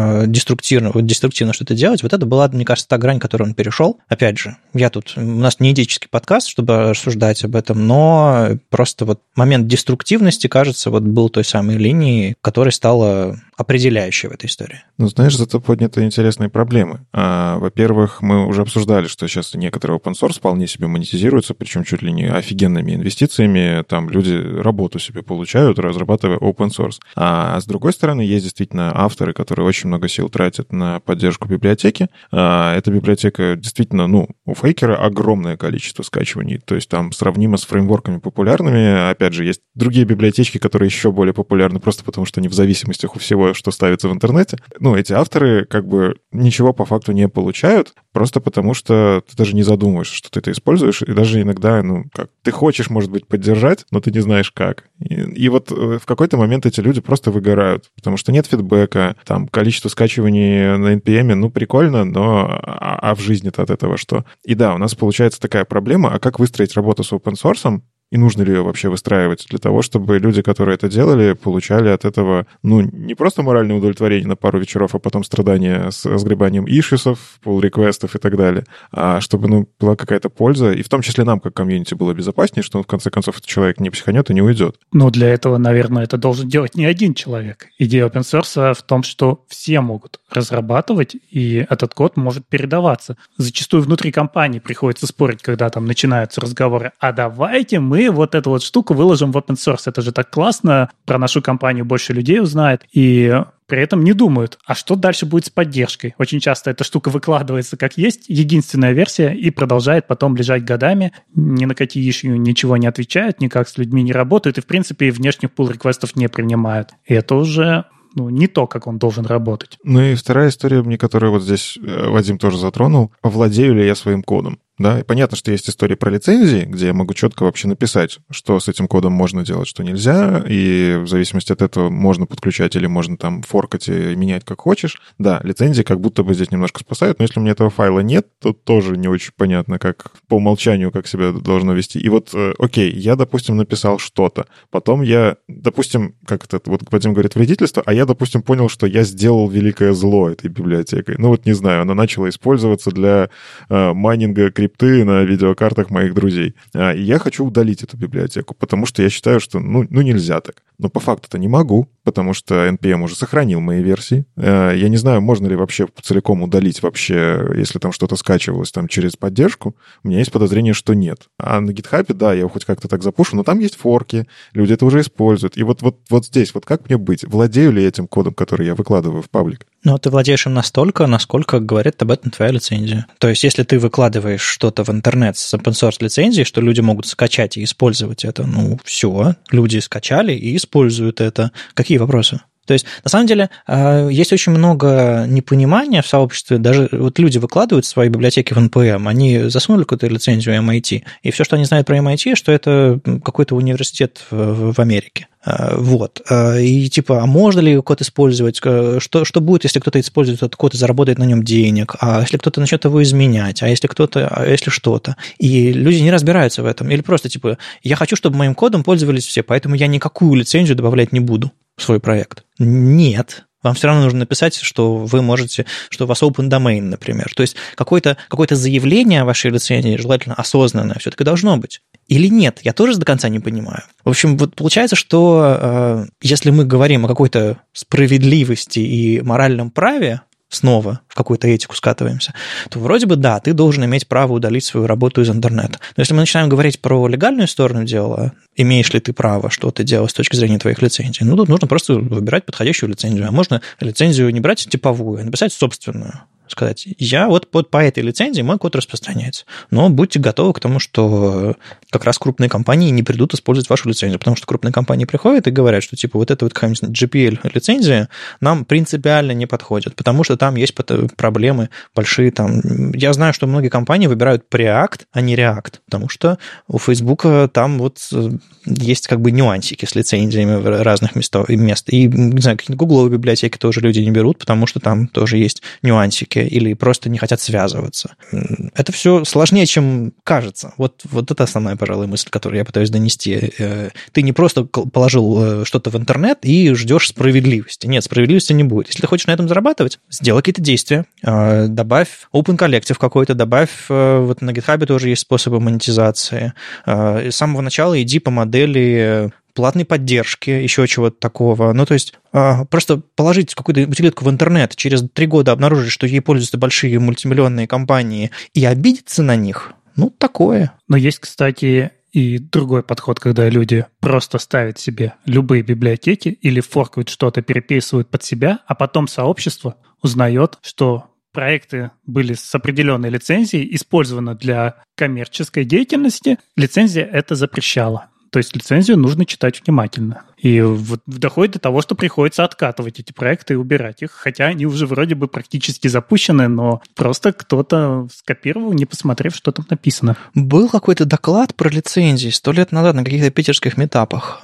B: деструктивно что-то делать, вот это была, мне кажется, та грань, которую он перешел. Опять же, у нас не этический подкаст, чтобы рассуждать об этом, но просто вот момент деструктивности, кажется, вот был той самой линией, которая стала определяющей в этой истории.
C: Знаешь, зато подняты интересные проблемы. Во-первых, мы уже обсуждали, что сейчас некоторые open source вполне себе монетизируются, причем чуть ли не офигенными инвестициями. Там люди работу себе получают, разрабатывая open source. А с другой стороны, есть действительно авторы, которые очень много сил тратят на поддержку библиотеки. Эта библиотека действительно, у Фейкера огромное количество скачиваний, то есть там сравнимо с фреймворками популярными. Опять же, есть другие библиотечки, которые еще более популярны, просто потому что они в зависимостях у всего, что ставится в интернете. Эти авторы как бы ничего по факту не получают, просто потому что ты даже не задумываешься, что ты это используешь, и даже иногда, ты хочешь, может быть, поддержать, но ты не знаешь как. И вот в какой-то момент эти люди просто выгорают, потому что нет фидбэка, там количество скачиваний на NPM, прикольно, но в жизни-то от этого что? И да, у нас получается такая проблема, а как выстроить работу с open source, и нужно ли ее вообще выстраивать для того, чтобы люди, которые это делали, получали от этого, не просто моральное удовлетворение на пару вечеров, а потом страдания с сгребанием ишисов, pull-реквестов и так далее, а чтобы, была какая-то польза, и в том числе нам, как комьюнити, было безопаснее, что, в конце концов, этот человек не психанет и не уйдет.
D: Для этого, наверное, это должен делать не один человек. Идея open source в том, что все могут разрабатывать, и этот код может передаваться. Зачастую внутри компании приходится спорить, когда там начинаются разговоры, а давайте мы вот эту вот штуку выложим в open source. Это же так классно, про нашу компанию больше людей узнает, и при этом не думают, а что дальше будет с поддержкой. Очень часто эта штука выкладывается как есть, единственная версия, и продолжает потом лежать годами, ни на какие issue ничего не отвечает, никак с людьми не работает, и, в принципе, внешних pull-реквестов не принимают. И это уже не то, как он должен работать.
C: И вторая история, которую вот здесь Вадим тоже затронул, владею ли я своим кодом. Да, и понятно, что есть история про лицензии, где я могу четко вообще написать, что с этим кодом можно делать, что нельзя, и в зависимости от этого можно подключать или можно там форкать и менять как хочешь. Да, лицензии как будто бы здесь немножко спасают, но если у меня этого файла нет, то тоже не очень понятно, как по умолчанию, как себя должно вести. И вот, окей, я, допустим, написал что-то, потом я, допустим, как это, вот Вадим говорит, вредительство, а я, допустим, понял, что я сделал великое зло этой библиотекой. Не знаю, она начала использоваться для майнинга крипты на видеокартах моих друзей. И я хочу удалить эту библиотеку, потому что я считаю, что нельзя так. Но по факту-то не могу, потому что NPM уже сохранил мои версии. Я не знаю, можно ли вообще целиком удалить вообще, если там что-то скачивалось там через поддержку. У меня есть подозрение, что нет. А на GitHub, да, я его хоть как-то так запушу, но там есть форки, люди это уже используют. И вот здесь, вот как мне быть? Владею ли я этим кодом, который я выкладываю в паблик?
B: Ты владеешь им настолько, насколько говорит об этом твоя лицензия. То есть, если ты выкладываешь что-то в интернет с open-source лицензией, что люди могут скачать и использовать это, все, люди скачали и используют это. Какие вопросы? То есть, на самом деле, есть очень много непонимания в сообществе. Даже вот люди выкладывают свои библиотеки в NPM, они засунули какую-то лицензию MIT, и все, что они знают про MIT, что это какой-то университет в Америке. Вот. И а можно ли код использовать? Что будет, если кто-то использует этот код и заработает на нем денег? А если кто-то начнет его изменять? А если что-то? И люди не разбираются в этом. Или просто я хочу, чтобы моим кодом пользовались все, поэтому я никакую лицензию добавлять не буду в свой проект. Нет. Вам все равно нужно написать, что вы можете, что у вас open domain, например. То есть какое-то заявление о вашей лицензии, желательно осознанное, все-таки должно быть. Или нет, я тоже до конца не понимаю. В общем, вот получается, что если мы говорим о какой-то справедливости и моральном праве, снова в какую-то этику скатываемся, то вроде бы да, ты должен иметь право удалить свою работу из интернета. Но если мы начинаем говорить про легальную сторону дела, имеешь ли ты право что-то делать с точки зрения твоих лицензий, тут нужно просто выбирать подходящую лицензию. А можно лицензию не брать типовую, а написать собственную, с сказать, я вот по этой лицензии мой код распространяется. Но будьте готовы к тому, что как раз крупные компании не придут использовать вашу лицензию, потому что крупные компании приходят и говорят, что типа вот эта вот какая-нибудь GPL-лицензия нам принципиально не подходит, потому что там есть проблемы большие. Там. Я знаю, что многие компании выбирают Preact, а не React, потому что у Facebook там вот есть как бы нюансики с лицензиями в разных местах. И, не знаю, какие-то гугловые библиотеки тоже люди не берут, потому что там тоже есть нюансики или просто не хотят связываться. Это все сложнее, чем кажется. Вот это основная, пожалуй, мысль, которую я пытаюсь донести. Ты не просто положил что-то в интернет и ждешь справедливости. Нет, справедливости не будет. Если ты хочешь на этом зарабатывать, сделай какие-то действия. Добавь Open Collective какой-то, добавь... Вот на GitHub тоже есть способы монетизации. С самого начала иди по модели платной поддержки, еще чего-то такого. Ну, то есть просто положить какую-то утилитку в интернет, через 3 года обнаружить, что ей пользуются большие мультимиллионные компании, и обидеться на них, ну, такое.
D: Но есть, кстати, и другой подход, когда люди просто ставят себе любые библиотеки или форкают что-то, переписывают под себя, а потом сообщество узнает, что проекты были с определенной лицензией, использованы для коммерческой деятельности, лицензия это запрещала. То есть лицензию нужно читать внимательно. И вот доходит до того, что приходится откатывать эти проекты и убирать их, хотя они уже вроде бы практически запущены, но просто кто-то скопировал, не посмотрев, что там написано.
B: Был какой-то доклад про лицензии 100 лет назад на каких-то питерских митапах.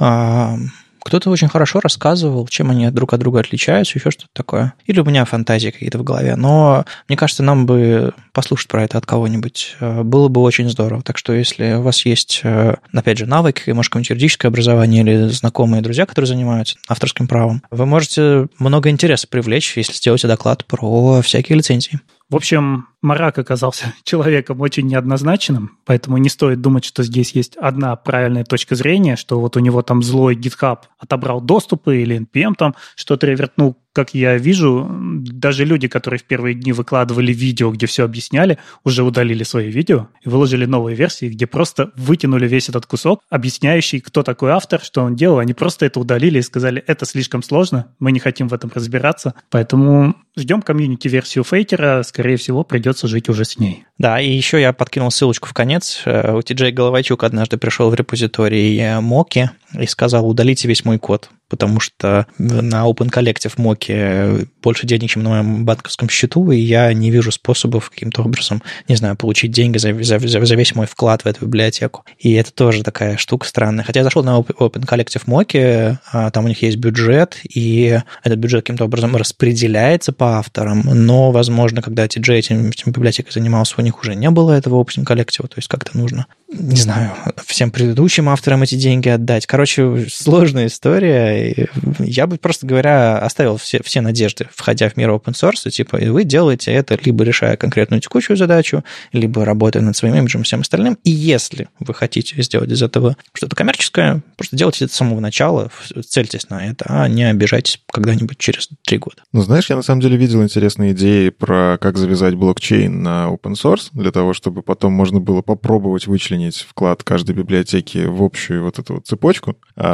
B: Кто-то очень хорошо рассказывал, чем они друг от друга отличаются, еще что-то такое. Или у меня фантазии какие-то в голове. Но мне кажется, нам бы послушать про это от кого-нибудь было бы очень здорово. Так что если у вас есть, опять же, навык, может, какое-нибудь юридическое образование или знакомые друзья, которые занимаются авторским правом, вы можете много интереса привлечь, если сделаете доклад про всякие лицензии.
D: В общем, Марак оказался человеком очень неоднозначным, поэтому не стоит думать, что здесь есть одна правильная точка зрения, что вот у него там злой GitHub отобрал доступы или NPM там что-то ревернул. Как я вижу, даже люди, которые в первые дни выкладывали видео, где все объясняли, уже удалили свои видео и выложили новые версии, где просто вытянули весь этот кусок, объясняющий, кто такой автор, что он делал. Они просто это удалили и сказали, это слишком сложно, мы не хотим в этом разбираться. Поэтому ждем комьюнити-версию Фейтера, скорее всего, придется жить уже с ней.
B: Да, и еще я подкинул ссылочку в конец. У Ти-Джей Головайчук однажды пришел в репозиторий Моки и сказал, удалите весь мой код, потому что на Open Collective Моки больше денег, чем на моем банковском счету, и я не вижу способов каким-то образом, не знаю, получить деньги за весь мой вклад в эту библиотеку. И это тоже такая штука странная. Хотя я зашел на Open Collective Моки, там у них есть бюджет, и этот бюджет каким-то образом распределяется по авторам, но, возможно, когда Ти-Джей этим библиотекой занимался, у них уже не было этого Open Collective, то есть как-то нужно, не знаю, всем предыдущим авторам эти деньги отдать. Короче, сложная история. Я бы, просто говоря, оставил все надежды, входя в мир open source, типа, вы делаете это, либо решая конкретную текущую задачу, либо работая над своим имиджем и всем остальным. И если вы хотите сделать из этого что-то коммерческое, просто делайте это с самого начала, цельтесь на это, а не обижайтесь когда-нибудь через 3 года.
C: Ну, знаешь, я на самом деле видел интересные идеи про как завязать блокчейн на open source, для того, чтобы потом можно было попробовать вычленить вклад каждой библиотеки в общую вот эту вот цепочку.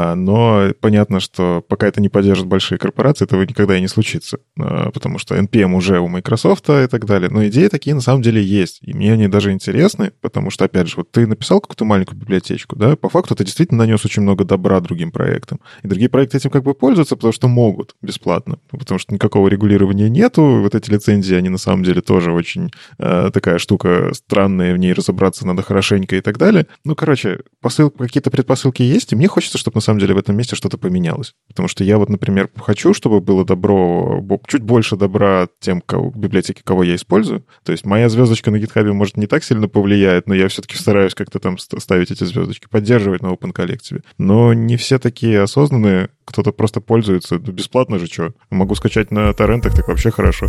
C: Но понятно, что пока это не поддержат большие корпорации, этого никогда и не случится, потому что NPM уже у Microsoft и так далее. Но идеи такие на самом деле есть, и мне они даже интересны, потому что, опять же, вот ты написал какую-то маленькую библиотечку, да, по факту ты действительно нанес очень много добра другим проектам. И другие проекты этим как бы пользуются, потому что могут бесплатно, потому что никакого регулирования нету. Вот эти лицензии, они на самом деле тоже очень такая штука странная, в ней разобраться надо хорошенько и так далее. Ну, короче, какие-то предпосылки есть, и мне хочется, чтобы на самом деле в этом месте что-то поменялось. Потому что я вот, например, хочу, чтобы было добро, чуть больше добра тем библиотеки, кого я использую. То есть моя звездочка на GitHub, может, не так сильно повлияет, но я все-таки стараюсь как-то там ставить эти звездочки, поддерживать на Open Collective. Но не все такие осознанные, кто-то просто пользуется. Бесплатно же что? Могу скачать на торрентах, так вообще хорошо.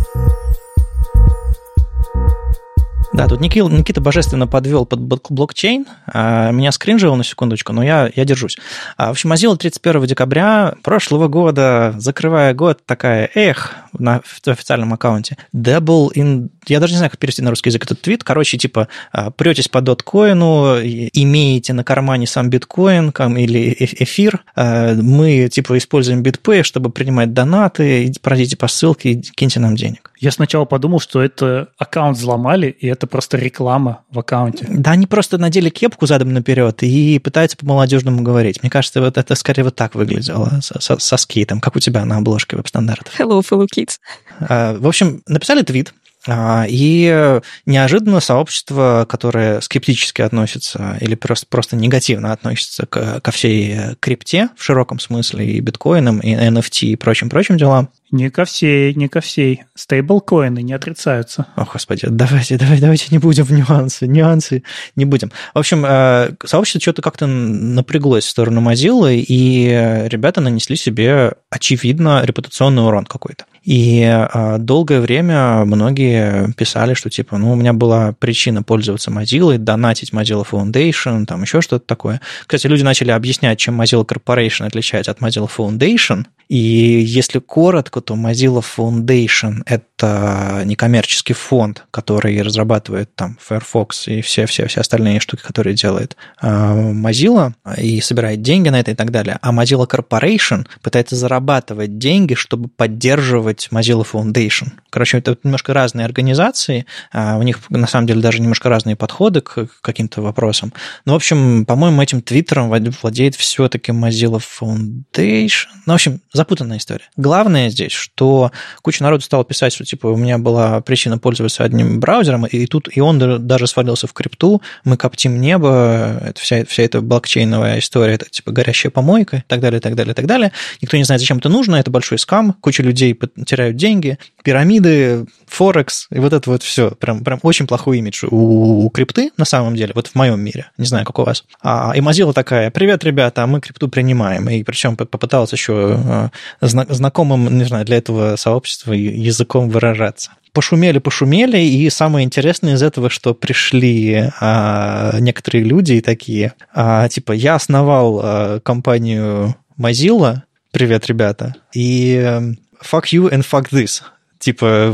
B: Да, тут Никита божественно подвел под блокчейн. Меня скринживал на секундочку, но я держусь. В общем, Mozilla 31 декабря прошлого года, закрывая год, такая, на официальном аккаунте, double in... Я даже не знаю, как перевести на русский язык этот твит. Короче, типа, претесь по доткоину, имеете на кармане сам биткоин или эфир. Мы, типа, используем BitPay, чтобы принимать донаты. Пройдите по ссылке и киньте нам денег.
D: Я сначала подумал, что это аккаунт взломали, и это просто реклама в аккаунте.
B: Да, они просто надели кепку задом наперед и пытаются по-молодежному говорить. Мне кажется, вот это скорее вот так выглядело со скейтом, как у тебя на обложке веб-стандартов.
A: Hello, fellow kids.
B: В общем, написали твит, и неожиданно сообщество, которое скептически относится или просто негативно относится ко всей крипте в широком смысле, и биткоинам, и NFT, и прочим делам.
D: Не ко всей. Стейблкоины не отрицаются.
B: О, господи, давайте не будем в нюансы не будем. В общем, сообщество что-то как-то напряглось в сторону Mozilla, и ребята нанесли себе, очевидно, репутационный урон какой-то. И долгое время многие писали, что типа, у меня была причина пользоваться Mozilla, донатить Mozilla Foundation, там еще что-то такое. Кстати, люди начали объяснять, чем Mozilla Corporation отличается от Mozilla Foundation. И если коротко, то Mozilla Foundation – это некоммерческий фонд, который разрабатывает там Firefox и все остальные штуки, которые делает Mozilla, и собирает деньги на это и так далее. А Mozilla Corporation пытается зарабатывать деньги, чтобы поддерживать Mozilla Foundation. Короче, это немножко разные организации, у них на самом деле даже немножко разные подходы к каким-то вопросам. Но, в общем, по-моему, этим твиттером владеет все-таки Mozilla Foundation. В общем, запутанная история. Главное здесь, что куча народу стала писать, что типа у меня была причина пользоваться одним браузером, и он даже свалился в крипту, мы коптим небо, это вся эта блокчейновая история, это типа горящая помойка и так далее, и так далее, и так далее. Никто не знает, зачем это нужно, это большой скам, куча людей теряют деньги, пирамиды, Форекс, и вот это вот все. Прям очень плохой имидж у крипты, на самом деле, вот в моем мире, не знаю, как у вас. И Mozilla такая: привет, ребята, мы крипту принимаем. И причем попыталась еще знакомым, не знаю, для этого сообщества языком выражаться. Пошумели, и самое интересное из этого, что пришли некоторые люди и такие, типа, я основал компанию Mozilla, привет, ребята, и fuck you and fuck this. Типа,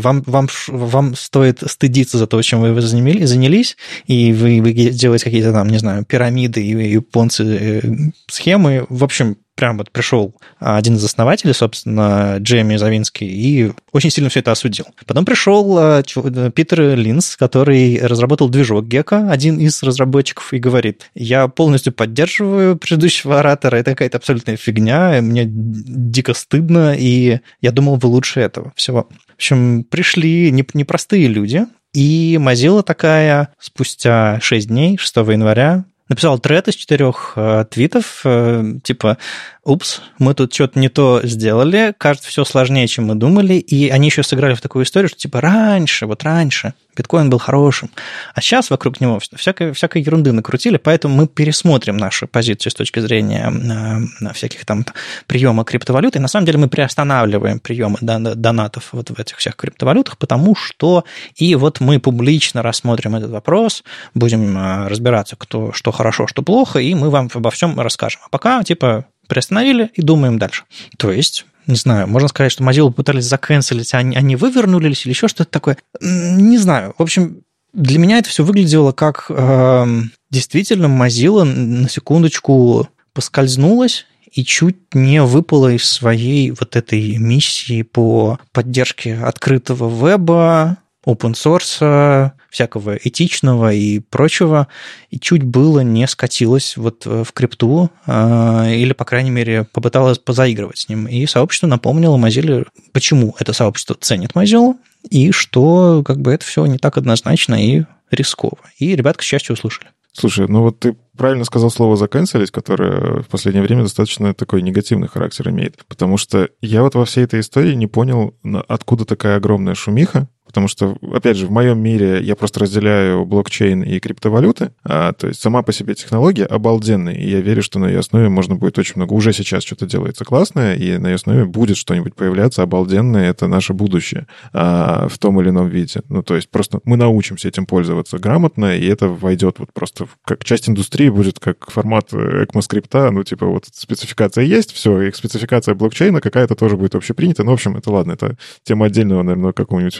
B: вам стоит стыдиться за то, чем вы занялись, и вы делаете какие-то там, не знаю, пирамиды и понци схемы. В общем, прям вот пришел один из основателей, собственно, Джейми Завинский, и очень сильно все это осудил. Потом пришел Питер Линц, который разработал движок Gecko, один из разработчиков, и говорит: я полностью поддерживаю предыдущего оратора, это какая-то абсолютная фигня, мне дико стыдно, и я думал, вы лучше этого всего. В общем, пришли непростые люди, и Mozilla такая спустя 6 дней, 6 января, написал тред из 4 твитов, типа: упс, мы тут что-то не то сделали, кажется, все сложнее, чем мы думали, и они еще сыграли в такую историю, что типа раньше биткоин был хорошим, а сейчас вокруг него всякой ерунды накрутили, поэтому мы пересмотрим нашу позицию с точки зрения всяких там приема криптовалют, и на самом деле мы приостанавливаем приемы донатов вот в этих всех криптовалютах, потому что и вот мы публично рассмотрим этот вопрос, будем разбираться, что хорошо, что плохо, и мы вам обо всем расскажем. А пока, типа, приостановили и думаем дальше. То есть, не знаю, можно сказать, что Mozilla пытались закэнселить, а они вывернулись или еще что-то такое. Не знаю. В общем, для меня это все выглядело как действительно Mozilla на секундочку поскользнулась и чуть не выпала из своей вот этой миссии по поддержке открытого веба, open source, всякого этичного и прочего, и чуть было не скатилась вот в крипту, или, по крайней мере, попыталась позаигрывать с ним. И сообщество напомнило Mozilla, почему это сообщество ценит Mozilla, и что как бы это все не так однозначно и рисково. И ребята, к счастью, услышали.
C: Слушай, ну вот ты правильно сказал слово «заканцелить», которое в последнее время достаточно такой негативный характер имеет. Потому что я вот во всей этой истории не понял, откуда такая огромная шумиха. Потому что, опять же, в моем мире я просто разделяю блокчейн и криптовалюты. То есть сама по себе технология обалденная. И я верю, что на ее основе можно будет очень много... Уже сейчас что-то делается классное, и на ее основе будет что-нибудь появляться обалденное. Это наше будущее в том или ином виде. Ну, то есть просто мы научимся этим пользоваться грамотно, и это войдет вот просто как часть индустрии, будет как формат ECMAScript. Ну, типа вот спецификация есть, все, и спецификация блокчейна какая-то тоже будет общепринята. Ну, в общем, это ладно, это тема отдельного, наверное, какого-нибудь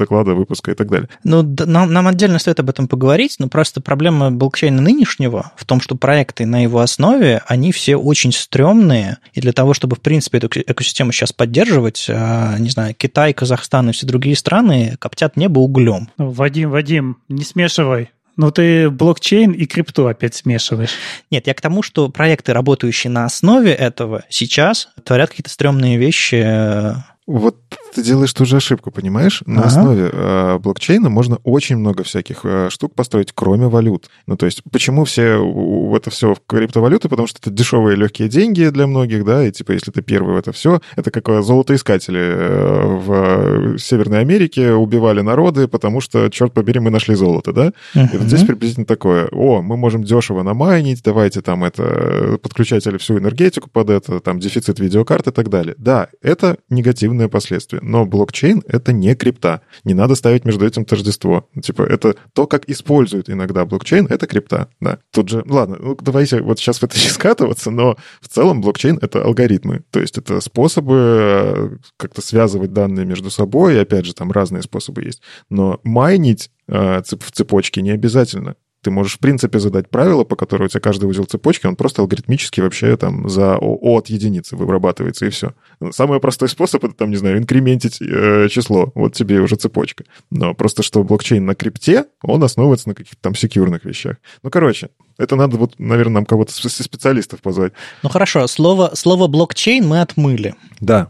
C: доклада, выпуска и так далее.
B: Ну, нам отдельно стоит об этом поговорить, но просто проблема блокчейна нынешнего в том, что проекты на его основе, они все очень стрёмные, и для того, чтобы, в принципе, эту экосистему сейчас поддерживать, не знаю, Китай, Казахстан и все другие страны коптят небо углем.
D: Вадим, не смешивай. Ну, ты блокчейн и крипту опять смешиваешь.
B: Нет, я к тому, что проекты, работающие на основе этого, сейчас творят какие-то стрёмные вещи.
C: Вот ты делаешь ту же ошибку, понимаешь? На основе блокчейна можно очень много всяких штук построить, кроме валют. Ну, то есть, почему все это все в криптовалюты? Потому что это дешевые легкие деньги для многих, да, и типа, если ты первый в это все, это как золотоискатели в Северной Америке убивали народы, потому что, черт побери, мы нашли золото, да? И вот здесь приблизительно такое: мы можем дешево намайнить, давайте там подключатели всю энергетику под это, там дефицит видеокарт и так далее. Да, это негативные последствия. Но блокчейн — это не крипта. Не надо ставить между этим тождество. Типа, это то, как используют иногда блокчейн, это крипта. Да. Тут же, ладно, давайте вот сейчас в это не скатываться, но в целом блокчейн — это алгоритмы. То есть это способы как-то связывать данные между собой, и опять же, там разные способы есть. Но майнить в цепочке не обязательно. Ты можешь, в принципе, задать правило, по которому у тебя каждый узел цепочки, он просто алгоритмически вообще там за от единицы вырабатывается, и все. Самый простой способ — это, там, не знаю, инкрементить число. Вот тебе уже цепочка. Но просто что блокчейн на крипте, он основывается на каких-то там секьюрных вещах. Ну, короче, это надо, вот, наверное, нам кого-то специалистов позвать.
B: Ну, хорошо, слово блокчейн мы отмыли.
C: Да.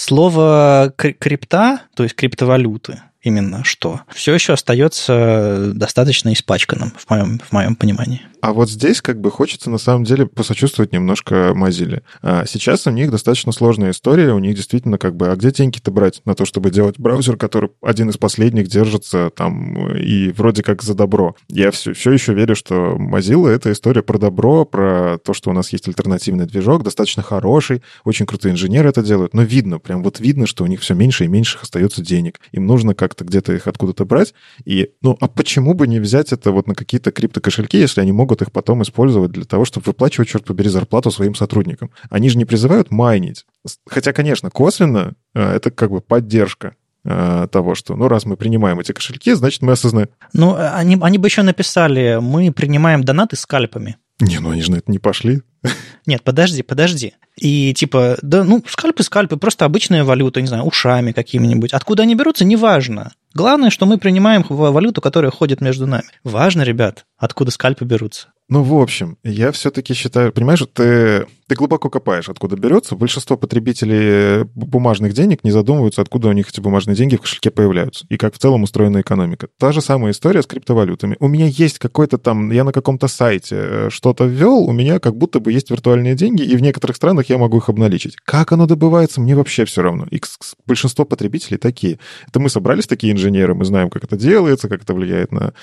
B: Слово крипта, то есть криптовалюты, именно что, все еще остается достаточно испачканным, в моем понимании.
C: А вот здесь как бы хочется на самом деле посочувствовать немножко Mozilla. Сейчас у них достаточно сложная история, у них действительно как бы, а где деньги-то брать на то, чтобы делать браузер, который один из последних держится там и вроде как за добро? Я все еще верю, что Mozilla — это история про добро, про то, что у нас есть альтернативный движок, достаточно хороший, очень крутые инженеры это делают, но видно, прям вот видно, что у них все меньше и меньше остается денег. Им нужно как-то где-то их откуда-то брать. И, а почему бы не взять это вот на какие-то криптокошельки, если они могут их потом использовать для того, чтобы выплачивать, черт побери, зарплату своим сотрудникам? Они же не призывают майнить. Хотя, конечно, косвенно это как бы поддержка того, что, раз мы принимаем эти кошельки, значит, мы осознаем.
B: Они бы еще написали: мы принимаем донаты скальпами.
C: Не, они же на это не пошли.
B: Нет, подожди. И типа, скальпы, просто обычная валюта, не знаю, ушами какими-нибудь. Откуда они берутся, неважно. Главное, что мы принимаем валюту, которая ходит между нами. Важно, ребят, откуда скальпы берутся.
C: В общем, я все-таки считаю, понимаешь, ты глубоко копаешь, откуда берется. Большинство потребителей бумажных денег не задумываются, откуда у них эти бумажные деньги в кошельке появляются, и как в целом устроена экономика. Та же самая история с криптовалютами. У меня есть какой-то там, я на каком-то сайте что-то ввел, у меня как будто бы есть виртуальные деньги, и в некоторых странах я могу их обналичить. Как оно добывается, мне вообще все равно. И большинство потребителей такие. Это мы собрались такие инженеры, мы знаем, как это делается, как это влияет на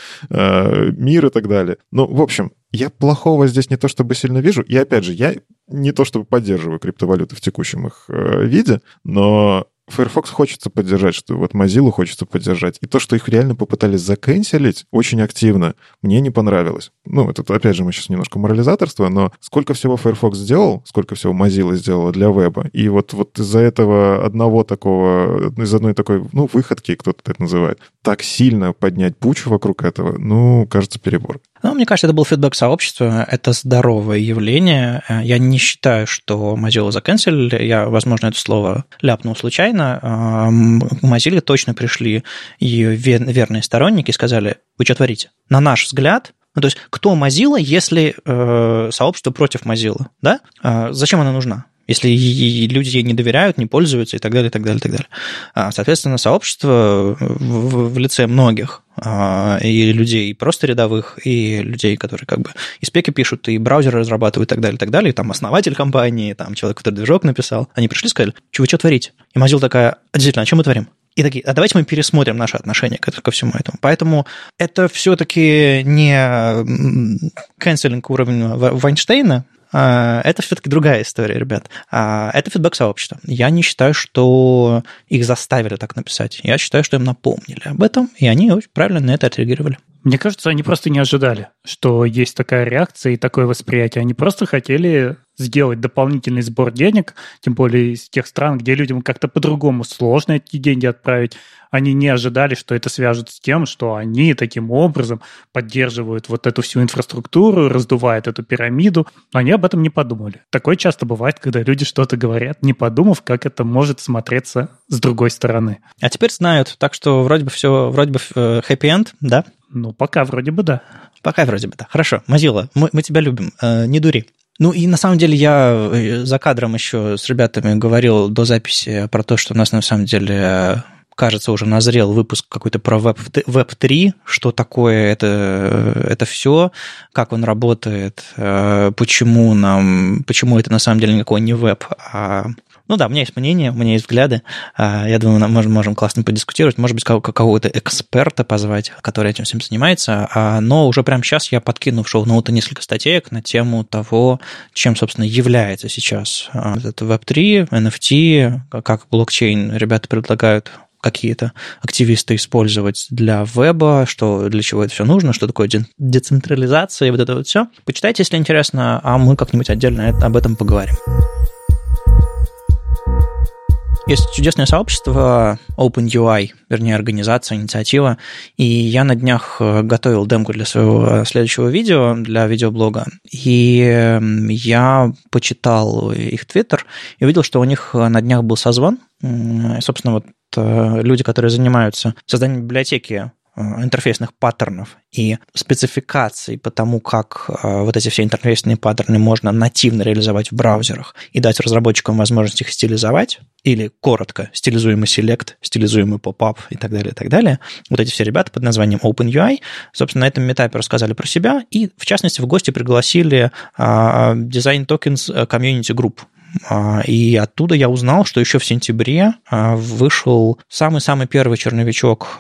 C: мир и так далее. В общем, я плохого здесь не то чтобы сильно вижу. И опять же, я не то чтобы поддерживаю криптовалюты в текущем их виде, но Firefox хочется поддержать, что вот Mozilla хочется поддержать. И то, что их реально попытались закэнселить очень активно, мне не понравилось. Это, опять же, мы сейчас немножко морализаторство, но сколько всего Firefox сделал, сколько всего Mozilla сделала для веба, и вот из-за этого из одной такой, выходки, кто-то это называет, так сильно поднять бучу вокруг этого, кажется, перебор.
B: Мне кажется, это был фидбэк сообщества, это здоровое явление. Я не считаю, что Mozilla закэнселили, я, возможно, это слово ляпнул случайно. К Mozilla точно пришли ее верные сторонники и сказали: вы что творите? На наш взгляд, то есть кто Mozilla, если сообщество против Mozilla, да? Зачем она нужна? Если люди ей не доверяют, не пользуются и так далее, и так далее, и так далее. Соответственно, сообщество в лице многих и людей просто рядовых, и людей, которые как бы и спеки пишут, и браузеры разрабатывают, и так далее, и там основатель компании, там человек, который движок написал, они пришли и сказали: вы что творите? И Mozilla такая: действительно, а что мы творим? И такие: а давайте мы пересмотрим наше отношение ко всему этому. Поэтому это все-таки не канцелинг уровня Вайнштейна, это все-таки другая история, ребят. Это фидбэк сообщества. Я не считаю, что их заставили так написать. Я считаю, что им напомнили об этом, и они очень правильно на это отреагировали.
D: Мне кажется, они просто не ожидали, что есть такая реакция и такое восприятие. Они просто хотели сделать дополнительный сбор денег, тем более из тех стран, где людям как-то по-другому сложно эти деньги отправить. Они не ожидали, что это свяжет с тем, что они таким образом поддерживают вот эту всю инфраструктуру, раздувают эту пирамиду. Но они об этом не подумали. Такое часто бывает, когда люди что-то говорят, не подумав, как это может смотреться с другой стороны.
B: А теперь знают, так что вроде бы happy-end, да?
D: Ну, пока вроде бы да.
B: Пока вроде бы да. Хорошо, Mozilla, мы тебя любим, не дури. Ну и на самом деле я за кадром еще с ребятами говорил до записи про то, что у нас на самом деле, кажется, уже назрел выпуск какой-то про Web3, что такое это все, как он работает, почему это на самом деле никакой не веб, Ну да, у меня есть мнение, у меня есть взгляды. Я думаю, мы можем классно подискутировать. Может быть, какого-то эксперта позвать, который этим всем занимается. Но уже прямо сейчас я подкину в шоу-ноуты несколько статеек на тему того, чем, собственно, является сейчас это Web3, NFT, как блокчейн ребята предлагают какие-то активисты использовать для веба, для чего это все нужно, что такое децентрализация и вот это вот все. Почитайте, если интересно, а мы как-нибудь отдельно об этом поговорим. Есть чудесное сообщество OpenUI, вернее, организация, инициатива, и я на днях готовил демку для своего следующего видео, для видеоблога, и я почитал их твиттер и увидел, что у них на днях был созвон, и, собственно, вот люди, которые занимаются созданием библиотеки интерфейсных паттернов и спецификаций по тому, как вот эти все интерфейсные паттерны можно нативно реализовать в браузерах и дать разработчикам возможность их стилизовать, или коротко, стилизуемый селект, стилизуемый поп-ап и так далее, и так далее. Вот эти все ребята под названием OpenUI, собственно, на этом метапе рассказали про себя и, в частности, в гости пригласили Design Tokens Community Group. И оттуда я узнал, что еще в сентябре вышел самый-самый первый черновичок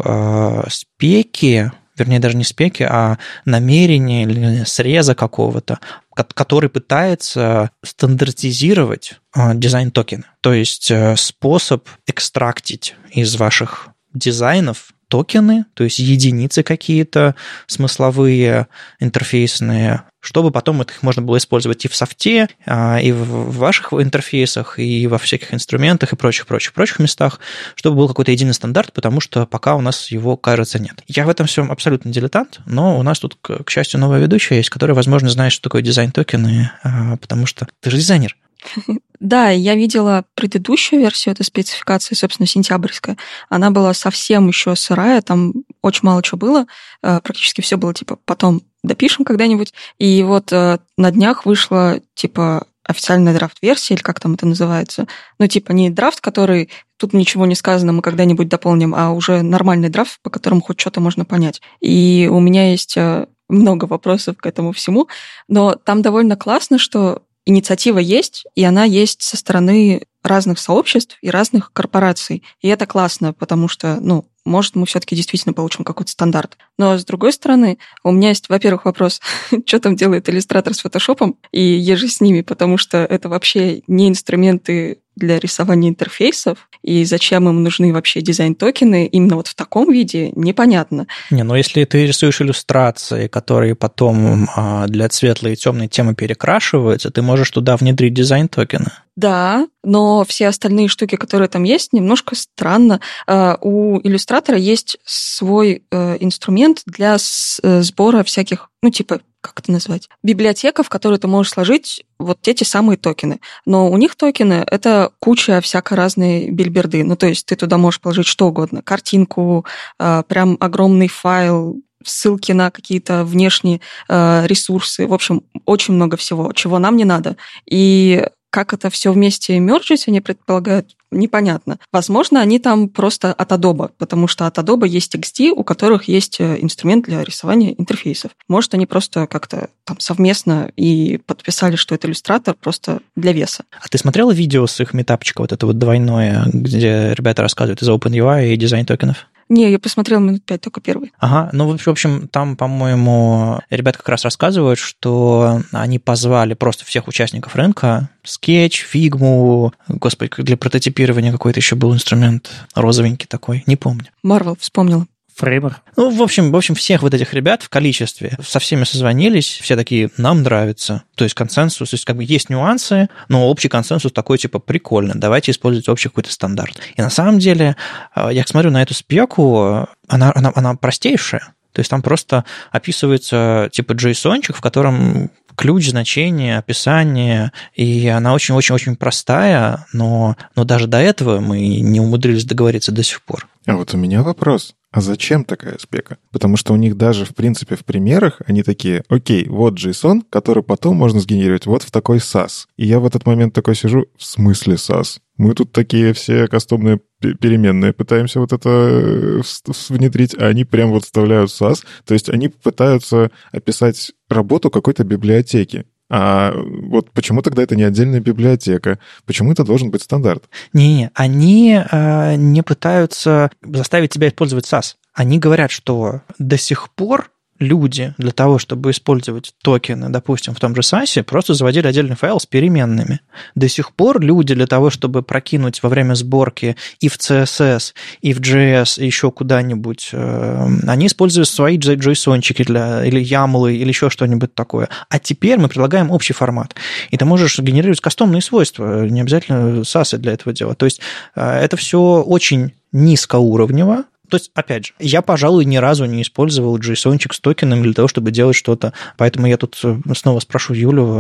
B: спеки, вернее, даже не спеки, а намерения или среза какого-то, который пытается стандартизировать дизайн-токены. То есть способ экстрактить из ваших дизайнов токены, то есть единицы какие-то смысловые, интерфейсные, чтобы потом их можно было использовать и в софте, и в ваших интерфейсах, и во всяких инструментах, и прочих местах, чтобы был какой-то единый стандарт, потому что пока у нас его, кажется, нет. Я в этом всем абсолютно дилетант, но у нас тут, к счастью, новая ведущая есть, которая, возможно, знает, что такое дизайн-токены, потому что ты же дизайнер.
A: Да, я видела предыдущую версию этой спецификации, собственно, сентябрьская. Она была совсем еще сырая, там очень мало чего было, практически все было типа потом допишем когда-нибудь. И вот на днях вышла типа официальная драфт-версия, или как там это называется. Ну, типа не драфт, который тут ничего не сказано, мы когда-нибудь дополним, а уже нормальный драфт, по которому хоть что-то можно понять. И у меня есть много вопросов к этому всему, но там довольно классно, что инициатива есть, и она есть со стороны разных сообществ и разных корпораций. И это классно, потому что, может, мы все-таки действительно получим какой-то стандарт. Но, с другой стороны, у меня есть, во-первых, вопрос, что там делает иллюстратор с фотошопом и еже с ними, потому что это вообще не инструменты для рисования интерфейсов, и зачем им нужны вообще дизайн-токены именно вот в таком виде, непонятно.
B: Если ты рисуешь иллюстрации, которые потом для светлой и темной темы перекрашиваются, ты можешь туда внедрить дизайн-токены.
A: Да, но все остальные штуки, которые там есть, немножко странно. У иллюстратора есть свой инструмент для сбора всяких, как это назвать? Библиотека, в которую ты можешь сложить вот эти самые токены. Но у них токены — это куча всяко разной бильберды. То есть ты туда можешь положить что угодно. Картинку, прям огромный файл, ссылки на какие-то внешние ресурсы. В общем, очень много всего, чего нам не надо. И как это все вместе мерджить, они предполагают, непонятно. Возможно, они там просто от Adobe, потому что от Adobe есть XD, у которых есть инструмент для рисования интерфейсов. Может, они просто как-то там совместно и подписали, что это иллюстратор просто для веса.
B: А ты смотрела видео с их митапчика, вот это вот двойное, где ребята рассказывают из OpenUI и дизайн-токенов?
A: Не, я посмотрела минут 5, только первый.
B: Ага, в общем, там, по-моему, ребята как раз рассказывают, что они позвали просто всех участников рынка, Sketch, Figma, господи, для прототипирования какой-то еще был инструмент розовенький такой, не помню.
A: Marvel, вспомнила.
D: Фреймер.
B: Ну, в общем, всех вот этих ребят в количестве, со всеми созвонились, все такие, нам нравится. То есть консенсус, то есть как бы есть нюансы, но общий консенсус такой, типа, прикольно, давайте использовать общий какой-то стандарт. И на самом деле, я смотрю на эту спеку, она простейшая. То есть там просто описывается типа JSON-чик, в котором ключ, значение, описание, и она очень-очень-очень простая, но даже до этого мы не умудрились договориться до сих пор.
C: А вот у меня вопрос. А зачем такая спека? Потому что у них даже, в принципе, в примерах они такие, окей, вот JSON, который потом можно сгенерировать вот в такой SAS. И я в этот момент такой сижу, в смысле SAS? Мы тут такие все кастомные переменные пытаемся вот это внедрить, а они прям вот вставляют SAS. То есть они пытаются описать работу какой-то библиотеки. А вот почему тогда это не отдельная библиотека? Почему это должен быть стандарт?
B: Не, они не пытаются заставить тебя использовать SAS. Они говорят, что до сих пор люди для того, чтобы использовать токены, допустим, в том же SAS, просто заводили отдельный файл с переменными. До сих пор люди для того, чтобы прокинуть во время сборки и в CSS, и в JS, и еще куда-нибудь, они используют свои JSON-чики или YAML, или еще что-нибудь такое. А теперь мы предлагаем общий формат. И ты можешь генерировать кастомные свойства, не обязательно SAS для этого делать. То есть это все очень низкоуровнево. То есть, опять же, я, пожалуй, ни разу не использовал JSON-чик с токеном для того, чтобы делать что-то. Поэтому я тут снова спрошу Юлю,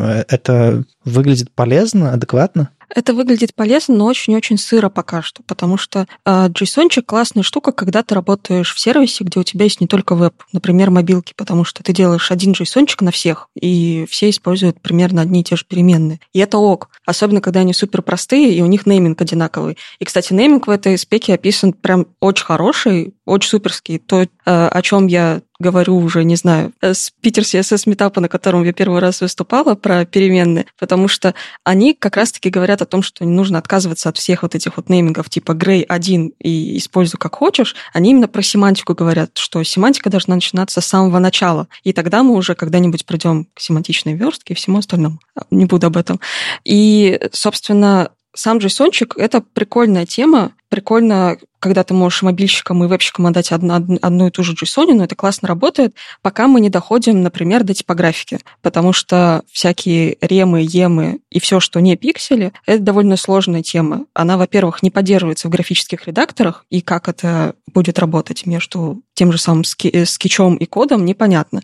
B: это выглядит полезно, адекватно?
A: Это выглядит полезно, но очень-очень сыро пока что, потому что JSON-чик классная штука, когда ты работаешь в сервисе, где у тебя есть не только веб, например, мобилки, потому что ты делаешь один JSON-чик на всех, и все используют примерно одни и те же переменные. И это ок, особенно когда они супер простые, и у них нейминг одинаковый. И, кстати, нейминг в этой спеке описан прям очень хороший, очень суперский. То, о чем я говорю уже, не знаю, с Питер CSS метапа, на котором я первый раз выступала, про переменные, потому что они как раз-таки говорят о том, что не нужно отказываться от всех вот этих вот неймингов типа Gray 1 и используй как хочешь. Они именно про семантику говорят, что семантика должна начинаться с самого начала, и тогда мы уже когда-нибудь придем к семантичной верстке и всему остальному. Не буду об этом. И, собственно, сам JSON-чик — это прикольная тема. Прикольно, когда ты можешь мобильщикам и вебщикам отдать одну и ту же JSON, но это классно работает, пока мы не доходим, например, до типографики. Потому что всякие ремы, емы и все, что не пиксели, это довольно сложная тема. Она, во-первых, не поддерживается в графических редакторах, и как это будет работать между тем же самым скетчом и кодом, непонятно.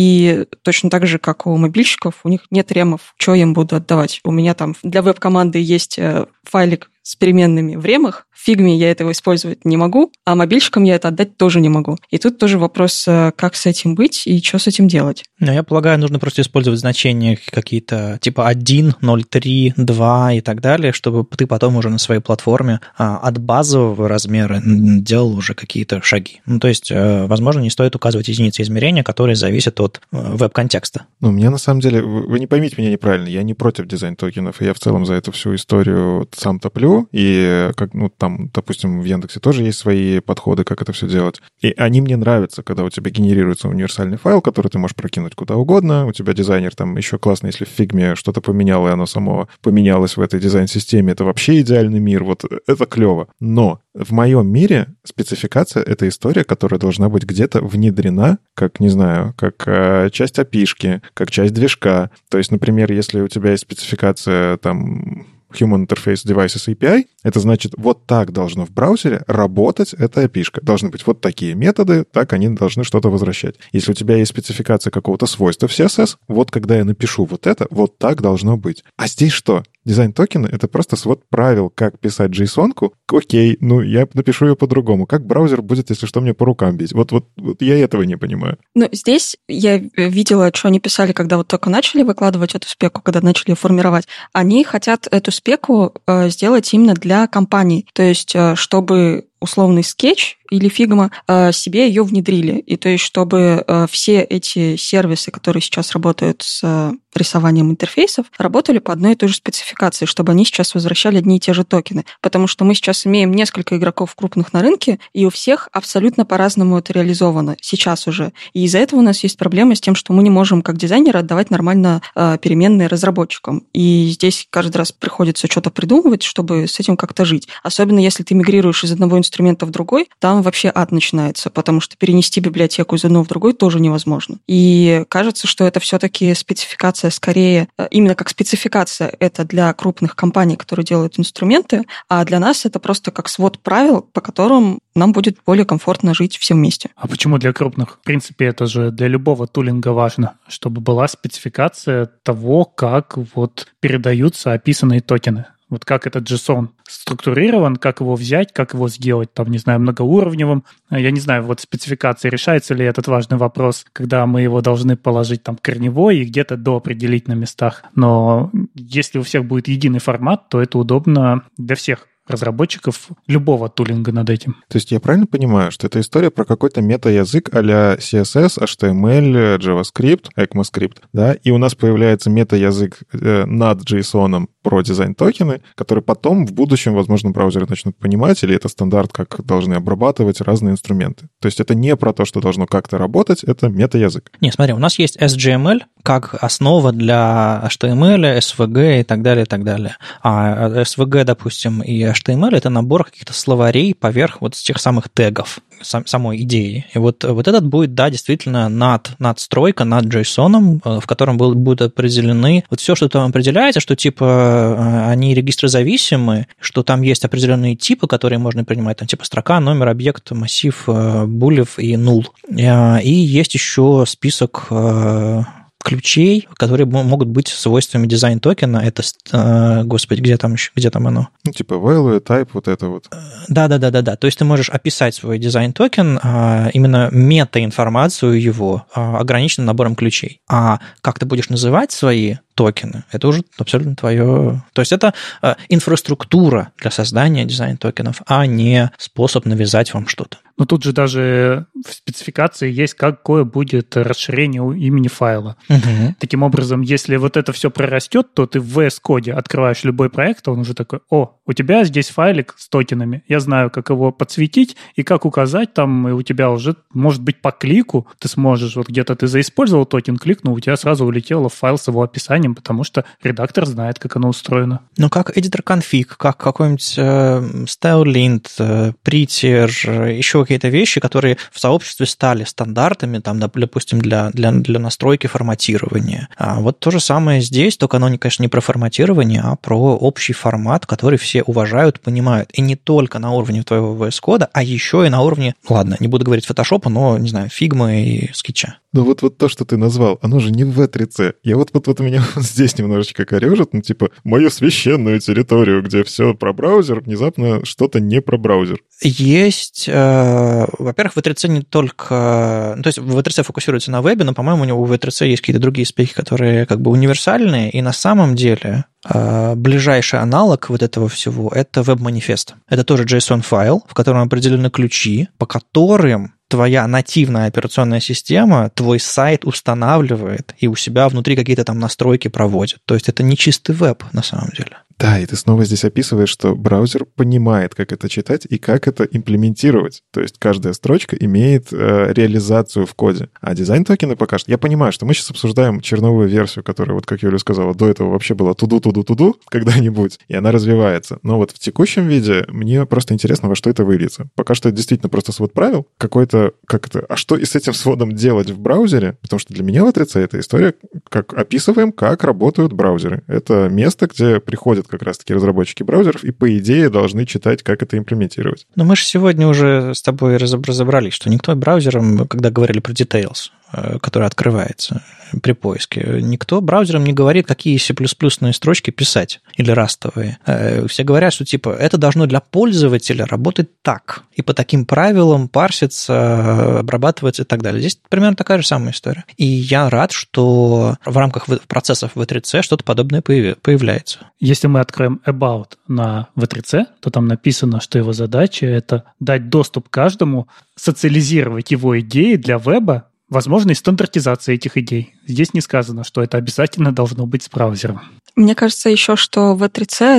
A: И точно так же, как у мобильщиков, у них нет ремов. Что я им буду отдавать? У меня там для веб-команды есть файлик с переменными в ремах. В фигме я этого использовать не могу, а мобильщикам я это отдать тоже не могу. И тут тоже вопрос, как с этим быть и что с этим делать.
B: Ну, я полагаю, нужно просто использовать значения какие-то типа 1, 0,3, 2 и так далее, чтобы ты потом уже на своей платформе от базового размера делал уже какие-то шаги. Ну, то есть, возможно, не стоит указывать единицы измерения, которые зависят от веб-контекста.
C: Ну, мне на самом деле, вы не поймите меня неправильно, я не против дизайн-токенов, и я в целом за эту всю историю сам топлю, и как, ну, там, допустим, в Яндексе тоже есть свои подходы, как это все делать. И они мне нравятся, когда у тебя генерируется универсальный файл, который ты можешь прокинуть куда угодно, у тебя дизайнер там еще классно, если в фигме что-то поменял, и оно само поменялось в этой дизайн-системе, это вообще идеальный мир, вот это клево. Но в моем мире спецификация — это история, которая должна быть где-то внедрена, как, не знаю, как часть API-шки, как часть движка. То есть, например, если у тебя есть спецификация там Human Interface Devices API, это значит, вот так должно в браузере работать эта API-шка. Должны быть вот такие методы, так они должны что-то возвращать. Если у тебя есть спецификация какого-то свойства в CSS, вот когда я напишу вот это, вот так должно быть. А здесь что? Дизайн-токены — это просто свод правил, как писать JSON-ку. Окей, ну я напишу ее по-другому. Как браузер будет, если что, мне по рукам бить? Вот я этого не понимаю.
A: Ну, здесь я видела, что они писали, когда вот только начали выкладывать эту спеку, когда начали ее формировать. Они хотят эту спеку сделать именно для компаний. То есть, чтобы условный скетч или фигма себе ее внедрили. И то есть, чтобы все эти сервисы, которые сейчас работают с рисованием интерфейсов, работали по одной и той же спецификации, чтобы они сейчас возвращали одни и те же токены. Потому что мы сейчас имеем несколько игроков крупных на рынке, и у всех абсолютно по-разному это реализовано сейчас уже. И из-за этого у нас есть проблема с тем, что мы не можем, как дизайнеры, отдавать нормально переменные разработчикам. И здесь каждый раз приходится что-то придумывать, чтобы с этим как-то жить. Особенно если ты мигрируешь из одного инструмента в другой, там вообще ад начинается, потому что перенести библиотеку из одного в другой тоже невозможно. И кажется, что это все-таки спецификация скорее, именно как спецификация, это для крупных компаний, которые делают инструменты, а для нас это просто как свод правил, по которым нам будет более комфортно жить все вместе.
D: А почему для крупных? В принципе, это же для любого тулинга важно, чтобы была спецификация того, как вот передаются описанные токены. Вот как этот JSON структурирован, как его взять, как его сделать, там, не знаю, многоуровневым. Я не знаю, вот спецификация, решается ли этот важный вопрос, когда мы его должны положить там корневой и где-то доопределить на местах. Но если у всех будет единый формат, то это удобно для всех разработчиков любого тулинга над этим.
C: То есть я правильно понимаю, что это история про какой-то мета-язык а-ля CSS, HTML, JavaScript, ECMAScript, да, и у нас появляется мета-язык над JSON про дизайн-токены, который потом в будущем, возможно, браузеры начнут понимать, или это стандарт, как должны обрабатывать разные инструменты. То есть это не про то, что должно как-то работать, это мета-язык.
B: Не, смотри, у нас есть SGML как основа для HTML, SVG и так далее, и так далее. А SVG, допустим, и HTML — это набор каких-то словарей поверх вот тех самых тегов, самой идеи. И вот этот будет, да, действительно надстройка над JSON, в котором будут определены вот все, что там определяется, что типа они регистрозависимы, что там есть определенные типы, которые можно принимать, там типа строка, номер, объект, массив, булев и null. И есть еще список ключей, которые могут быть свойствами дизайн-токена. Это, господи, где там оно?
C: Ну, типа value, type, вот это вот.
B: Да. То есть ты можешь описать свой дизайн-токен, именно мета-информацию его, ограниченным набором ключей. А как ты будешь называть свои токены, это уже абсолютно твое... То есть это инфраструктура для создания дизайн-токенов, а не способ навязать вам что-то.
D: Но тут же даже в спецификации есть, какое будет расширение имени файла. Угу. Таким образом, если вот это все прорастет, то ты в VS Code открываешь любой проект, он уже такой: о, у тебя здесь файлик с токенами, я знаю, как его подсветить и как указать там, и у тебя уже, может быть, по клику ты сможешь, вот где-то ты заиспользовал токен, кликнул, у тебя сразу улетело в файл с его описанием, потому что редактор знает, как оно устроено.
B: Ну, как editor-конфиг, как какой-нибудь style-lint, prettier, еще какие-то вещи, которые в сообществе стали стандартами, там, допустим, для настройки форматирования. А вот то же самое здесь, только оно, конечно, не про форматирование, а про общий формат, который все уважают, понимают. И не только на уровне твоего VS Code, а еще и на уровне, ладно, не буду говорить Photoshop, но, не знаю, Figma и скетча.
C: Ну вот то, что ты назвал, оно же не в V3C. Я вот у меня здесь немножечко корежит, ну типа мою священную территорию, где все про браузер, внезапно что-то не про браузер.
B: Есть, во-первых, V3C не только... То есть V3C фокусируется на вебе, но, по-моему, у него у V3C есть какие-то другие спеки, которые как бы универсальные, и на самом деле ближайший аналог вот этого всего — это веб-манифест. Это тоже JSON-файл, в котором определены ключи, по которым твоя нативная операционная система твой сайт устанавливает и у себя внутри какие-то там настройки проводит. То есть это не чистый веб на самом деле.
C: Да, и ты снова здесь описываешь, что браузер понимает, как это читать и как это имплементировать. То есть каждая строчка имеет реализацию в коде. А дизайн-токены пока что... Я понимаю, что мы сейчас обсуждаем черновую версию, которая, вот как Юля сказала, до этого вообще была туду когда-нибудь, и она развивается. Но вот в текущем виде мне просто интересно, во что это выльется. Пока что это действительно просто свод правил, какой-то... А что и с этим сводом делать в браузере? Потому что для меня V3C это история, как описываем, как работают браузеры. Это место, где приходят как раз-таки разработчики браузеров и, по идее, должны читать, как это имплементировать.
B: Но мы же сегодня уже с тобой разобрались, что никто браузером, когда говорили про details, который открывается при поиске, никто браузером не говорит, какие C++-ные строчки писать или растовые. Все говорят, что типа это должно для пользователя работать так, и по таким правилам парситься, обрабатываться и так далее. Здесь примерно такая же самая история. И я рад, что в рамках процессов V3C что-то подобное появляется.
D: Если мы откроем About на V3C, то там написано, что его задача — это дать доступ каждому, социализировать его идеи для веба, возможно, и стандартизация этих идей. Здесь не сказано, что это обязательно должно быть с браузером.
A: Мне кажется еще, что V3C — это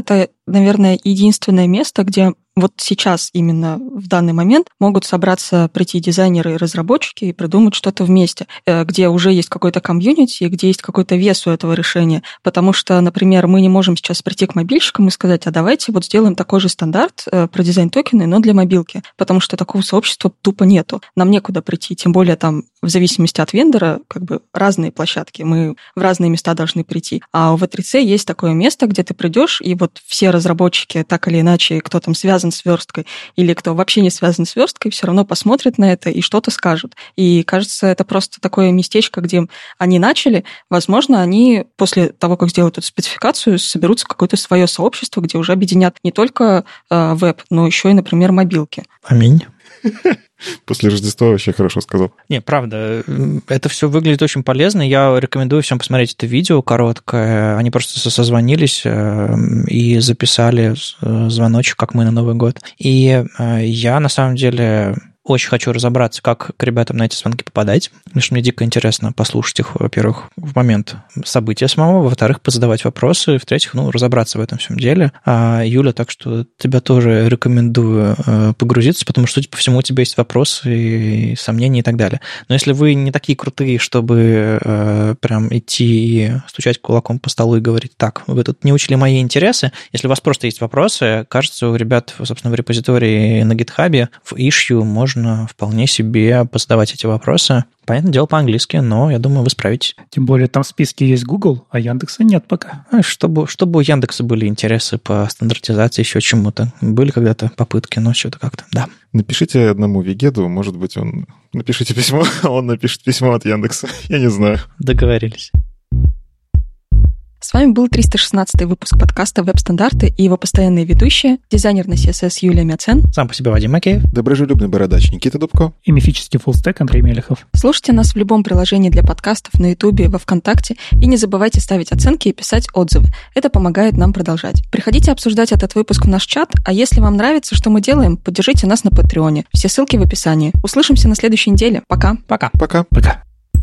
A: наверное, единственное место, где вот сейчас, именно в данный момент, могут собраться, прийти дизайнеры и разработчики и придумать что-то вместе, где уже есть какой-то комьюнити, где есть какой-то вес у этого решения. Потому что, например, мы не можем сейчас прийти к мобильщикам и сказать, а давайте вот сделаем такой же стандарт про дизайн-токены, но для мобилки. Потому что такого сообщества тупо нету. Нам некуда прийти, тем более там в зависимости от вендора как бы разные площадки. Мы в разные места должны прийти. А у V3C есть такое место, где ты придешь, и вот все разработчики, так или иначе, кто там связан с версткой, или кто вообще не связан с версткой, все равно посмотрит на это и что-то скажут. И кажется, это просто такое местечко, где они начали. Возможно, они после того, как сделают эту спецификацию, соберутся в какое-то свое сообщество, где уже объединят не только веб, но еще и, например, мобилки.
B: Аминь.
C: После Рождества вообще хорошо сказал.
B: Не, правда, это все выглядит очень полезно. Я рекомендую всем посмотреть это видео короткое. Они просто созвонились и записали звоночек, как мы на Новый год. И я, на самом деле, очень хочу разобраться, как к ребятам на эти звонки попадать, потому что мне дико интересно послушать их, во-первых, в момент события самого, во-вторых, позадавать вопросы, в-третьих, разобраться в этом всем деле. Юля, так что тебя тоже рекомендую погрузиться, потому что, судя по всему, у тебя есть вопросы и сомнения и так далее. Но если вы не такие крутые, чтобы прям идти и стучать кулаком по столу и говорить, так, вы тут не учли мои интересы, если у вас просто есть вопросы, кажется, у ребят, собственно, в репозитории на GitHub, в issue можно вполне себе позадавать эти вопросы. Понятное дело, по-английски, но я думаю, вы справитесь.
D: Тем более там в списке есть Google, а Яндекса нет пока.
B: Чтобы у Яндекса были интересы по стандартизации, еще чему-то. Были когда-то попытки, но что-то как-то, да.
C: Напишите одному Вегеду, может быть, напишите письмо, а он напишет письмо от Яндекса. Я не знаю.
B: Договорились.
A: С вами был 316-й выпуск подкаста «Веб-стандарты» и его постоянные ведущие, дизайнер на CSS Юлия Мяцен,
B: сам по себе Вадим Макеев,
C: доброжелюбный бородач Никита Дубко
D: и мифический фуллстек Андрей Мелехов.
A: Слушайте нас в любом приложении для подкастов, на Ютубе, во Вконтакте, и не забывайте ставить оценки и писать отзывы. Это помогает нам продолжать. Приходите обсуждать этот выпуск в наш чат, а если вам нравится, что мы делаем, поддержите нас на Патреоне. Все ссылки в описании. Услышимся на следующей неделе. Пока.
B: Пока.
C: Пока.
B: Пока.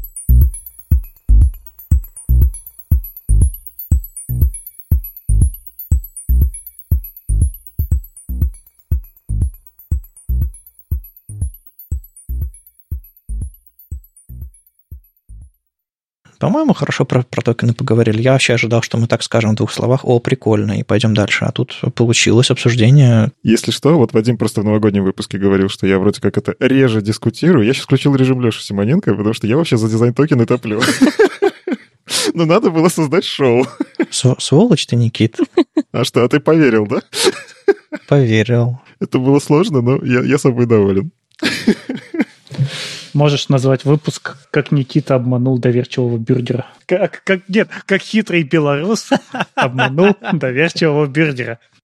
B: По-моему, хорошо про токены поговорили. Я вообще ожидал, что мы так скажем в 2 словах, прикольно, и пойдем дальше. А тут получилось обсуждение.
C: Если что, вот Вадим просто в новогоднем выпуске говорил, что я вроде как это реже дискутирую. Я сейчас включил режим Леши Симоненко, потому что я вообще за дизайн-токены топлю. Но надо было создать шоу.
B: Сволочь ты, Никит.
C: А что, ты поверил, да?
B: Поверил.
C: Это было сложно, но я собой доволен.
D: Можешь назвать выпуск «Как Никита обманул доверчивого бюргера». Как хитрый белорус обманул доверчивого бюргера.